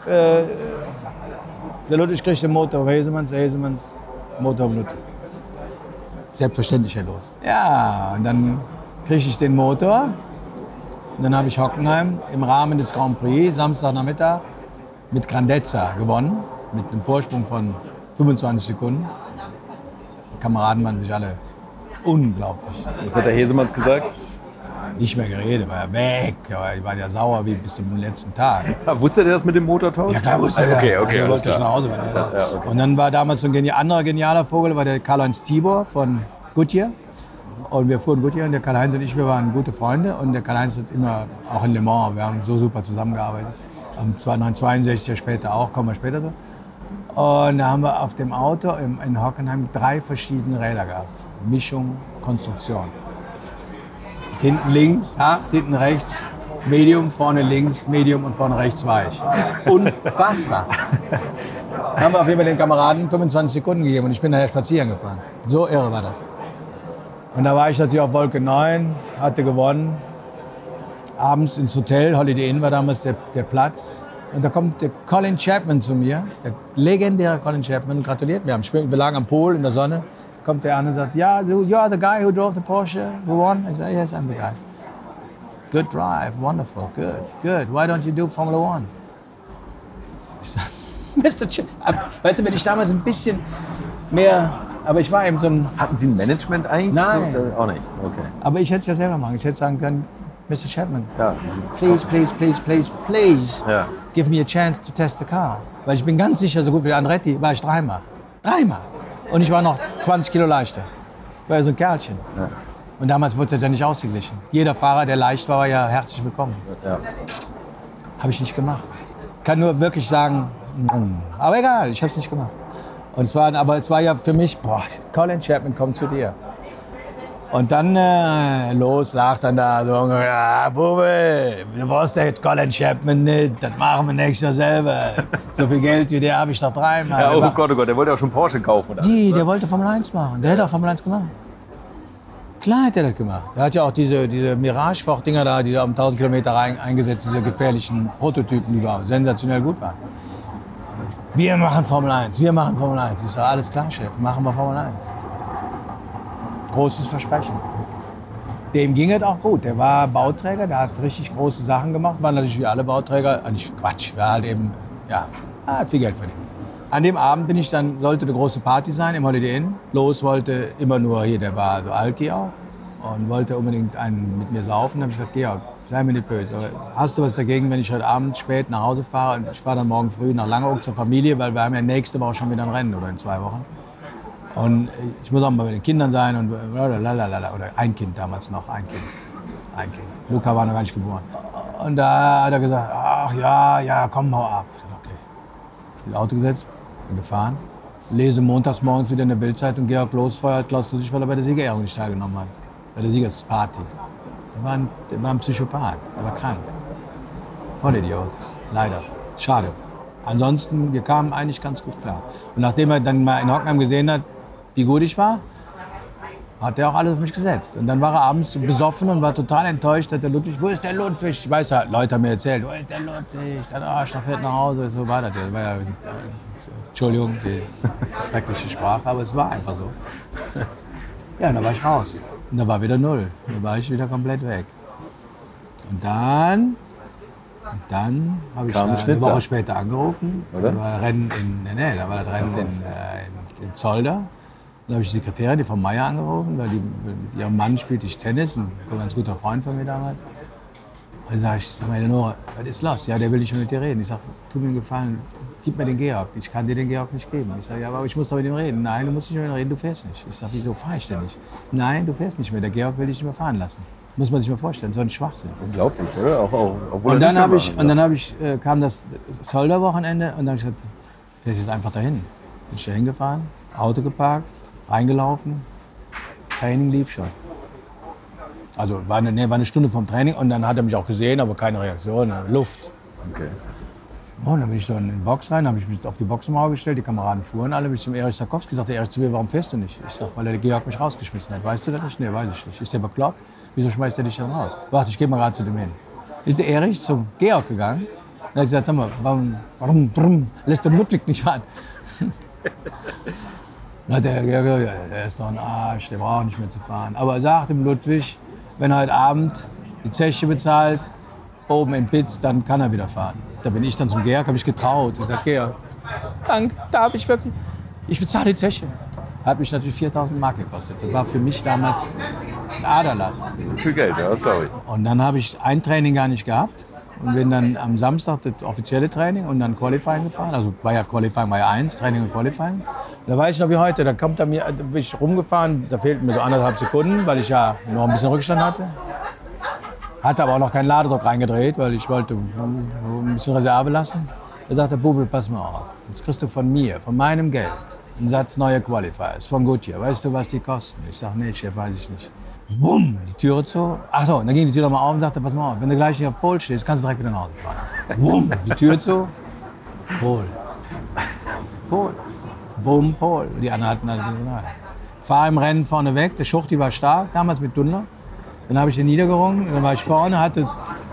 der Ludwig kriegt den Motor auf Hesemanns, der Hesemanns Motor auf Ludwig. Selbstverständlich, Herr Los. Ja, und dann kriege ich den Motor. Und dann habe ich Hockenheim im Rahmen des Grand Prix Samstagnachmittag mit Grandezza gewonnen. Mit einem Vorsprung von 25 Sekunden. Die Kameraden waren sich alle unglaublich. Was hat der Hesemanns gesagt? Nicht mehr geredet, war ja weg. Aber die waren ja sauer wie bis zum letzten Tag. Wusste der das mit dem Motortausch? Ja klar, wusste er. Okay, er wollte schon nach Hause. Okay. Und dann war damals so ein anderer genialer Vogel, war der Karl-Heinz Tibor von Goodyear. Und wir fuhren Goodyear und der Karl-Heinz und ich, wir waren gute Freunde. Und der Karl-Heinz hat immer, auch in Le Mans, wir haben so super zusammengearbeitet. 1962 ja später auch, kommen wir später so. Und da haben wir auf dem Auto in Hockenheim 3 verschiedene Räder gehabt. Mischung, Konstruktion. Hinten links, hart, hinten rechts, Medium, vorne links, Medium und vorne rechts weich. Unfassbar. Da haben wir auf jeden Fall den Kameraden 25 Sekunden gegeben und ich bin nachher spazieren gefahren. So irre war das. Und da war ich natürlich auf Wolke 9, hatte gewonnen. Abends ins Hotel, Holiday Inn war damals der Platz. Und da kommt der Colin Chapman zu mir, der legendäre Colin Chapman, und gratuliert mir. Wir lagen am Pool in der Sonne. Kommt der an und sagt, ja, you are the guy who drove the Porsche, who won? Ich sage, yes, I'm the guy. Good drive, wonderful, good. Why don't you do Formula One? Ich sage, Mr. Chapman, weißt du, wenn ich damals ein bisschen mehr, aber ich war eben so ein... Hatten Sie ein Management eigentlich? Nein. So, auch nicht, okay. Aber ich hätte es ja selber machen. Ich hätte sagen können, Mr. Chapman, ja. please, ja. Give me a chance to test the car. Weil ich bin ganz sicher, so gut wie der Andretti war ich 3 Mal. 3 Mal. Und ich war noch 20 Kilo leichter. Ich war ja so ein Kerlchen. Ja. Und damals wurde das ja nicht ausgeglichen. Jeder Fahrer, der leicht war ja herzlich willkommen. Ja. Habe ich nicht gemacht. Kann nur wirklich sagen, aber egal, ich habe es nicht gemacht. Und es war ja für mich, Colin Chapman kommt zu dir. Und dann sagt dann da so, ja, Bube, du brauchst den Colin Chapman nicht, das machen wir nächstes Jahr selber. So viel Geld wie der habe ich doch 3 Mal. Ja, oh Gott, der wollte auch schon Porsche kaufen. Oder? Der wollte Formel 1 machen, der hätte auch Formel 1 gemacht. Klar hätte er das gemacht. Er hat ja auch diese Mirage-Foch-Dinger da, die da um 1000 Kilometer eingesetzt, diese gefährlichen Prototypen, die sensationell gut waren. Wir machen Formel 1. Ich sage, alles klar, Chef, machen wir Formel 1. Großes Versprechen. Dem ging es auch gut. Der war Bauträger, der hat richtig große Sachen gemacht. War natürlich wie alle Bauträger, nicht Quatsch, war halt eben, hat viel Geld verdient. An dem Abend sollte eine große Party sein im Holiday Inn. Los wollte immer nur, der war so Alki auch, und wollte unbedingt einen mit mir saufen. Da habe ich gesagt, Georg, sei mir nicht böse, aber hast du was dagegen, wenn ich heute Abend spät nach Hause fahre? Und ich fahre dann morgen früh nach Langeoog zur Familie, weil wir haben ja nächste Woche schon wieder ein Rennen oder in 2 Wochen. Und ich muss auch mal bei den Kindern sein und oder ein Kind damals noch, ein Kind. Luca war noch gar nicht geboren. Und da hat er gesagt, ach ja, komm, hau ab. Okay. Ich habe Auto gesetzt, bin gefahren, lese montags morgens wieder in der Bildzeitung, Georg Losfeuer, Klaus Ludwig, weil er bei der Siegerehrung nicht teilgenommen hat. Bei der Siegersparty. Der war ein Psychopath, er war krank. Vollidiot, leider. Schade. Ansonsten, wir kamen eigentlich ganz gut klar. Und nachdem er dann mal in Hockenheim gesehen hat, wie gut ich war, hat er auch alles auf mich gesetzt. Und dann war er abends besoffen und war total enttäuscht, dass der Ludwig, wo ist der Ludwig? Ich weiß ja, Leute haben mir erzählt, wo ist der Ludwig? Dann, der fährt nach Hause. So war das ja. Das war ja, Entschuldigung, die schreckliche Sprache, aber es war einfach so. Ja, und da war ich raus. Und da war wieder 0. Da war ich wieder komplett weg. Und dann habe ich da eine Woche später angerufen. Oder? Da war das Rennen in Zolder. Da habe ich die Sekretärin, die von Meier, angerufen, weil ihr Mann spielte Tennis, ein ganz guter Freund von mir damals. Und dann sag mal, Eleonore, was ist los? Ja, der will nicht mehr mit dir reden. Ich sag, tu mir einen Gefallen, gib mir den Georg. Ich kann dir den Georg nicht geben. Ich sag, ja, aber ich muss doch mit ihm reden. Nein, du musst nicht mit ihm reden, du fährst nicht. Ich sag, wieso fahre ich denn nicht? Nein, du fährst nicht mehr. Der Georg will dich nicht mehr fahren lassen. Muss man sich mal vorstellen, so ein Schwachsinn. Unglaublich, oder? Obwohl und dann kam das Zolder-Wochenende und dann habe ich gesagt, fährst jetzt einfach dahin. Bin ich da hingefahren, Auto geparkt, reingelaufen, Training lief schon. Also war eine Stunde vom Training und dann hat er mich auch gesehen, aber keine Reaktion, Luft. Okay. Und dann bin ich so in die Box rein, habe ich mich auf die Boxenmauer gestellt, die Kameraden fuhren alle, bin ich zum Erich Sarkowski gesagt, der Erich zu mir, warum fährst du nicht? Ich sag, weil der Georg mich rausgeschmissen hat. Weißt du das nicht? Nee, weiß ich nicht. Ist der bekloppt? Wieso schmeißt er dich dann raus? Warte, ich gehe mal gerade zu dem hin. Ist der Erich zum Georg gegangen. Dann habe ich gesagt, sag mal, warum lässt der Ludwig nicht fahren? Dann hat der Georg gesagt, der ist doch ein Arsch, der braucht nicht mehr zu fahren. Aber sagt dem Ludwig, wenn er heute Abend die Zeche bezahlt, oben in Pitz, dann kann er wieder fahren. Da bin ich dann zum Georg, habe ich getraut. Ich sage, Georg, danke, darf ich wirklich? Ich bezahle die Zeche. Hat mich natürlich 4.000 Mark gekostet. Das war für mich damals ein Aderlass. Viel Geld, ja, das glaube ich. Und dann habe ich ein Training gar nicht gehabt und bin dann am Samstag das offizielle Training und dann Qualifying gefahren. Also Qualifying war ja 1, Training und Qualifying. Und da weiß ich noch wie heute, da bin ich rumgefahren, da fehlten mir so 1,5 Sekunden, weil ich ja noch ein bisschen Rückstand hatte. Hatte aber auch noch keinen Ladedruck reingedreht, weil ich wollte ein bisschen Reserve lassen. Da sagt der Bubel, pass mal auf, jetzt kriegst du von mir, von meinem Geld, einen Satz neue Qualifiers von Goodyear. Weißt du, was die kosten? Ich sag, nee, Chef, weiß ich nicht. Bumm, die Türe zu. Ach so, dann ging die Tür nochmal auf und sagte, pass mal auf, wenn du gleich hier auf Pol stehst, kannst du direkt wieder nach Hause fahren. Bumm, die Tür zu. Pol. Pol. Bumm, Pol. Die anderen hatten alles nicht rein. Fahr im Rennen vorne weg, der Schuchti war stark, damals mit Dundler. Dann habe ich den niedergerungen, dann war ich vorne, hatte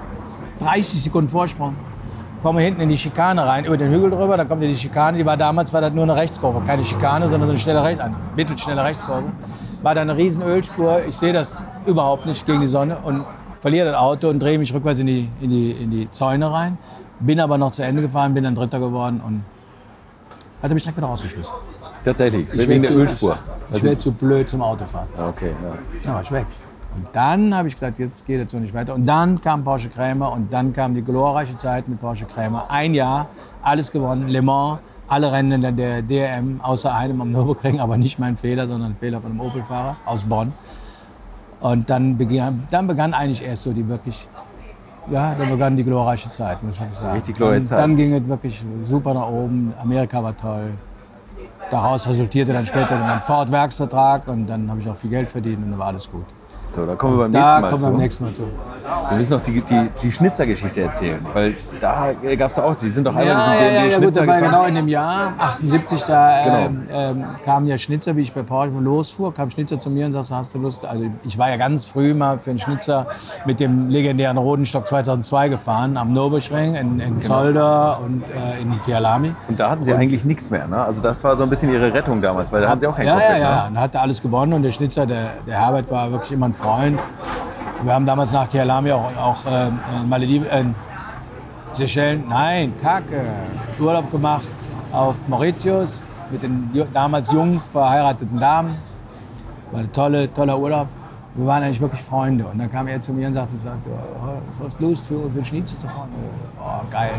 30 Sekunden Vorsprung. Komme hinten in die Schikane rein, über den Hügel drüber, da kommt die Schikane, damals war das nur eine Rechtskurve, keine Schikane, sondern so eine mittelschnelle Rechtskurve. War da eine riesen Ölspur, ich sehe das überhaupt nicht gegen die Sonne und verliere das Auto und drehe mich rückwärts in die Zäune rein. Bin aber noch zu Ende gefahren, bin dann Dritter geworden und hat er mich direkt wieder rausgeschmissen. Tatsächlich, wegen der Ölspur. Ich wäre zu blöd zum Autofahren. Okay, ja. Dann war ich weg. Und dann habe ich gesagt, jetzt geht es so nicht weiter. Und dann kam Porsche Krämer und dann kam die glorreiche Zeit mit Porsche Krämer. Ein Jahr, alles gewonnen, Le Mans, alle Rennen der DRM, außer einem am Nürburgring, aber nicht mein Fehler, sondern ein Fehler von einem Opel-Fahrer aus Bonn. Und dann begann eigentlich erst so dann begann die glorreiche Zeit, muss man sagen. Richtig glorreiche Zeit. Dann ging es wirklich super nach oben, Amerika war toll. Daraus resultierte dann später mein Ford-Werksvertrag und dann habe ich auch viel Geld verdient und dann war alles gut. So, da kommen wir beim nächsten Mal zu. Wir müssen noch die Schnitzer-Geschichte erzählen, weil da gab es ja auch, Sie sind doch einmal diesen Schnitzer gefahren. Genau in dem Jahr, 78, kam ja Schnitzer, wie ich bei Porsche losfuhr, kam Schnitzer zu mir und sagte, hast du Lust? Also ich war ja ganz früh mal für einen Schnitzer mit dem legendären Rodenstock 2002 gefahren, am Nürburgring, in Zolder und in Kyalami. Und da hatten Sie eigentlich nichts mehr, ne? Also das war so ein bisschen Ihre Rettung damals, weil da hatten Sie auch keinen Cockpit. Ja, und hatte alles gewonnen und der Schnitzer, der Herbert war wirklich immer ein Freund. Wir haben damals nach Kyalami auch Malediven, Seychellen, Urlaub gemacht auf Mauritius mit den damals jung verheirateten Damen. War ein toller Urlaub. Wir waren eigentlich wirklich Freunde. Und dann kam er zu mir und sagte, was hast du Lust für einen Schnitzer zu fahren? Oh, geil.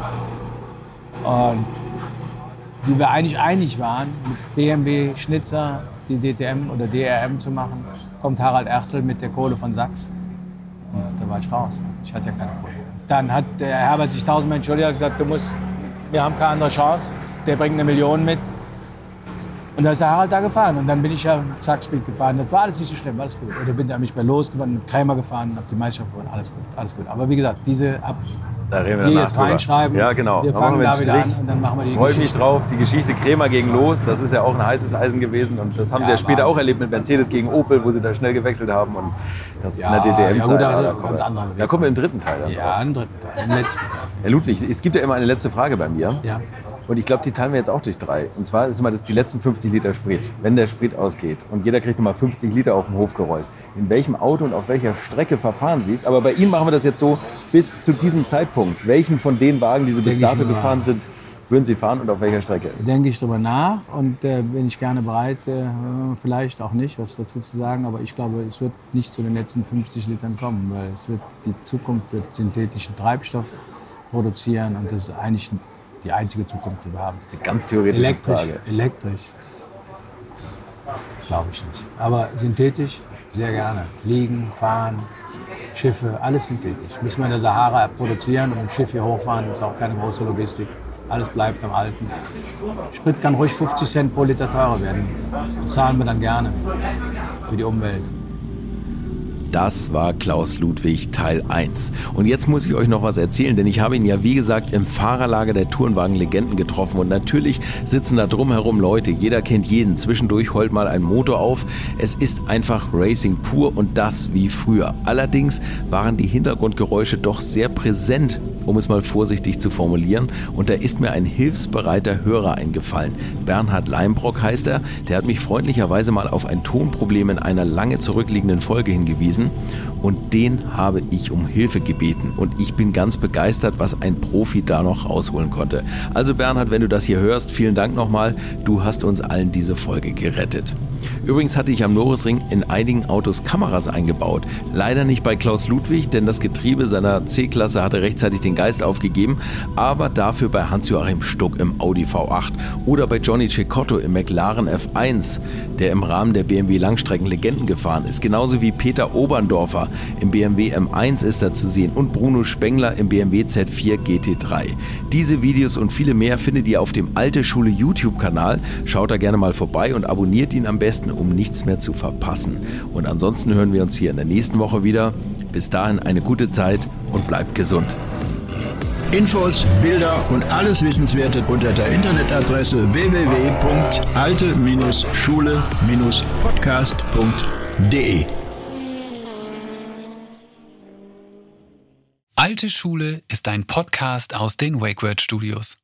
Und wie wir eigentlich einig waren, mit BMW Schnitzer die DTM oder DRM zu machen, kommt Harald Ertl mit der Kohle von Sachs. Und da war ich raus. Ich hatte ja keine Kohle. Dann hat der Herbert sich 1000-mal entschuldigt und gesagt, wir haben keine andere Chance. Der bringt 1 Million mit. Und da ist der Harald da gefahren. Und dann bin ich ja Zackspeed gefahren. Das war alles nicht so schlimm, alles gut. Oder bin ich bei losgefahren, mit Krämer gefahren, habe die Meisterschaft gewonnen. Alles gut. Aber wie gesagt, da reden wir jetzt reinschreiben. Ja, genau. Wir fangen da wieder an und dann machen wir die Geschichte. Freue mich drauf. Die Geschichte Krämer gegen Los, das ist ja auch ein heißes Eisen gewesen. Und das haben Sie ja später auch erlebt mit Mercedes gegen Opel, wo Sie da schnell gewechselt haben. Und das in der DTM-Zeit. Da kommen wir im dritten Teil dann drauf. Im dritten Teil, im letzten Teil. Herr Ludwig, es gibt ja immer eine letzte Frage bei mir. Ja. Und ich glaube, die teilen wir jetzt auch durch 3. Und zwar ist immer die letzten 50 Liter Sprit. Wenn der Sprit ausgeht und jeder kriegt nochmal 50 Liter auf den Hof gerollt. In welchem Auto und auf welcher Strecke verfahren Sie es? Aber bei Ihnen machen wir das jetzt so bis zu diesem Zeitpunkt. Welchen von den Wagen, die Sie bis dato gefahren sind? Würden Sie fahren und auf welcher Strecke? Denke ich drüber nach und bin ich gerne bereit, vielleicht auch nicht, was dazu zu sagen, aber ich glaube, es wird nicht zu den letzten 50 Litern kommen, weil die Zukunft wird synthetischen Treibstoff produzieren und das ist eigentlich die einzige Zukunft, die wir haben. Das ist eine ganz theoretische Frage. Elektrisch, glaube ich nicht. Aber synthetisch sehr gerne. Fliegen, fahren, Schiffe, alles synthetisch. Müssen wir in der Sahara produzieren und im Schiff hier hochfahren, das ist auch keine große Logistik. Alles bleibt beim Alten. Sprit kann ruhig 50 Cent pro Liter teurer werden. Bezahlen wir dann gerne für die Umwelt. Das war Klaus Ludwig Teil 1. Und jetzt muss ich euch noch was erzählen, denn ich habe ihn ja wie gesagt im Fahrerlager der Tourenwagen-Legenden getroffen und natürlich sitzen da drumherum Leute, jeder kennt jeden, zwischendurch heult mal ein Motor auf. Es ist einfach Racing pur und das wie früher. Allerdings waren die Hintergrundgeräusche doch sehr präsent, um es mal vorsichtig zu formulieren, und da ist mir ein hilfsbereiter Hörer eingefallen. Bernhard Leimbrock heißt er, der hat mich freundlicherweise mal auf ein Tonproblem in einer lange zurückliegenden Folge hingewiesen. Und den habe ich um Hilfe gebeten. Und ich bin ganz begeistert, was ein Profi da noch rausholen konnte. Also Bernhard, wenn du das hier hörst, vielen Dank nochmal. Du hast uns allen diese Folge gerettet. Übrigens hatte ich am Norrisring in einigen Autos Kameras eingebaut. Leider nicht bei Klaus Ludwig, denn das Getriebe seiner C-Klasse hatte rechtzeitig den Geist aufgegeben. Aber dafür bei Hans-Joachim Stuck im Audi V8 oder bei Johnny Cecotto im McLaren F1, der im Rahmen der BMW Langstreckenlegenden gefahren ist. Genauso wie Peter Oberndorfer im BMW M1 ist er zu sehen und Bruno Spengler im BMW Z4 GT3. Diese Videos und viele mehr findet ihr auf dem Alte Schule YouTube-Kanal. Schaut da gerne mal vorbei und abonniert ihn am besten, um nichts mehr zu verpassen. Und ansonsten hören wir uns hier in der nächsten Woche wieder. Bis dahin eine gute Zeit und bleibt gesund. Infos, Bilder und alles Wissenswerte unter der Internetadresse www.alte-schule-podcast.de. Alte Schule ist ein Podcast aus den WakeWord Studios.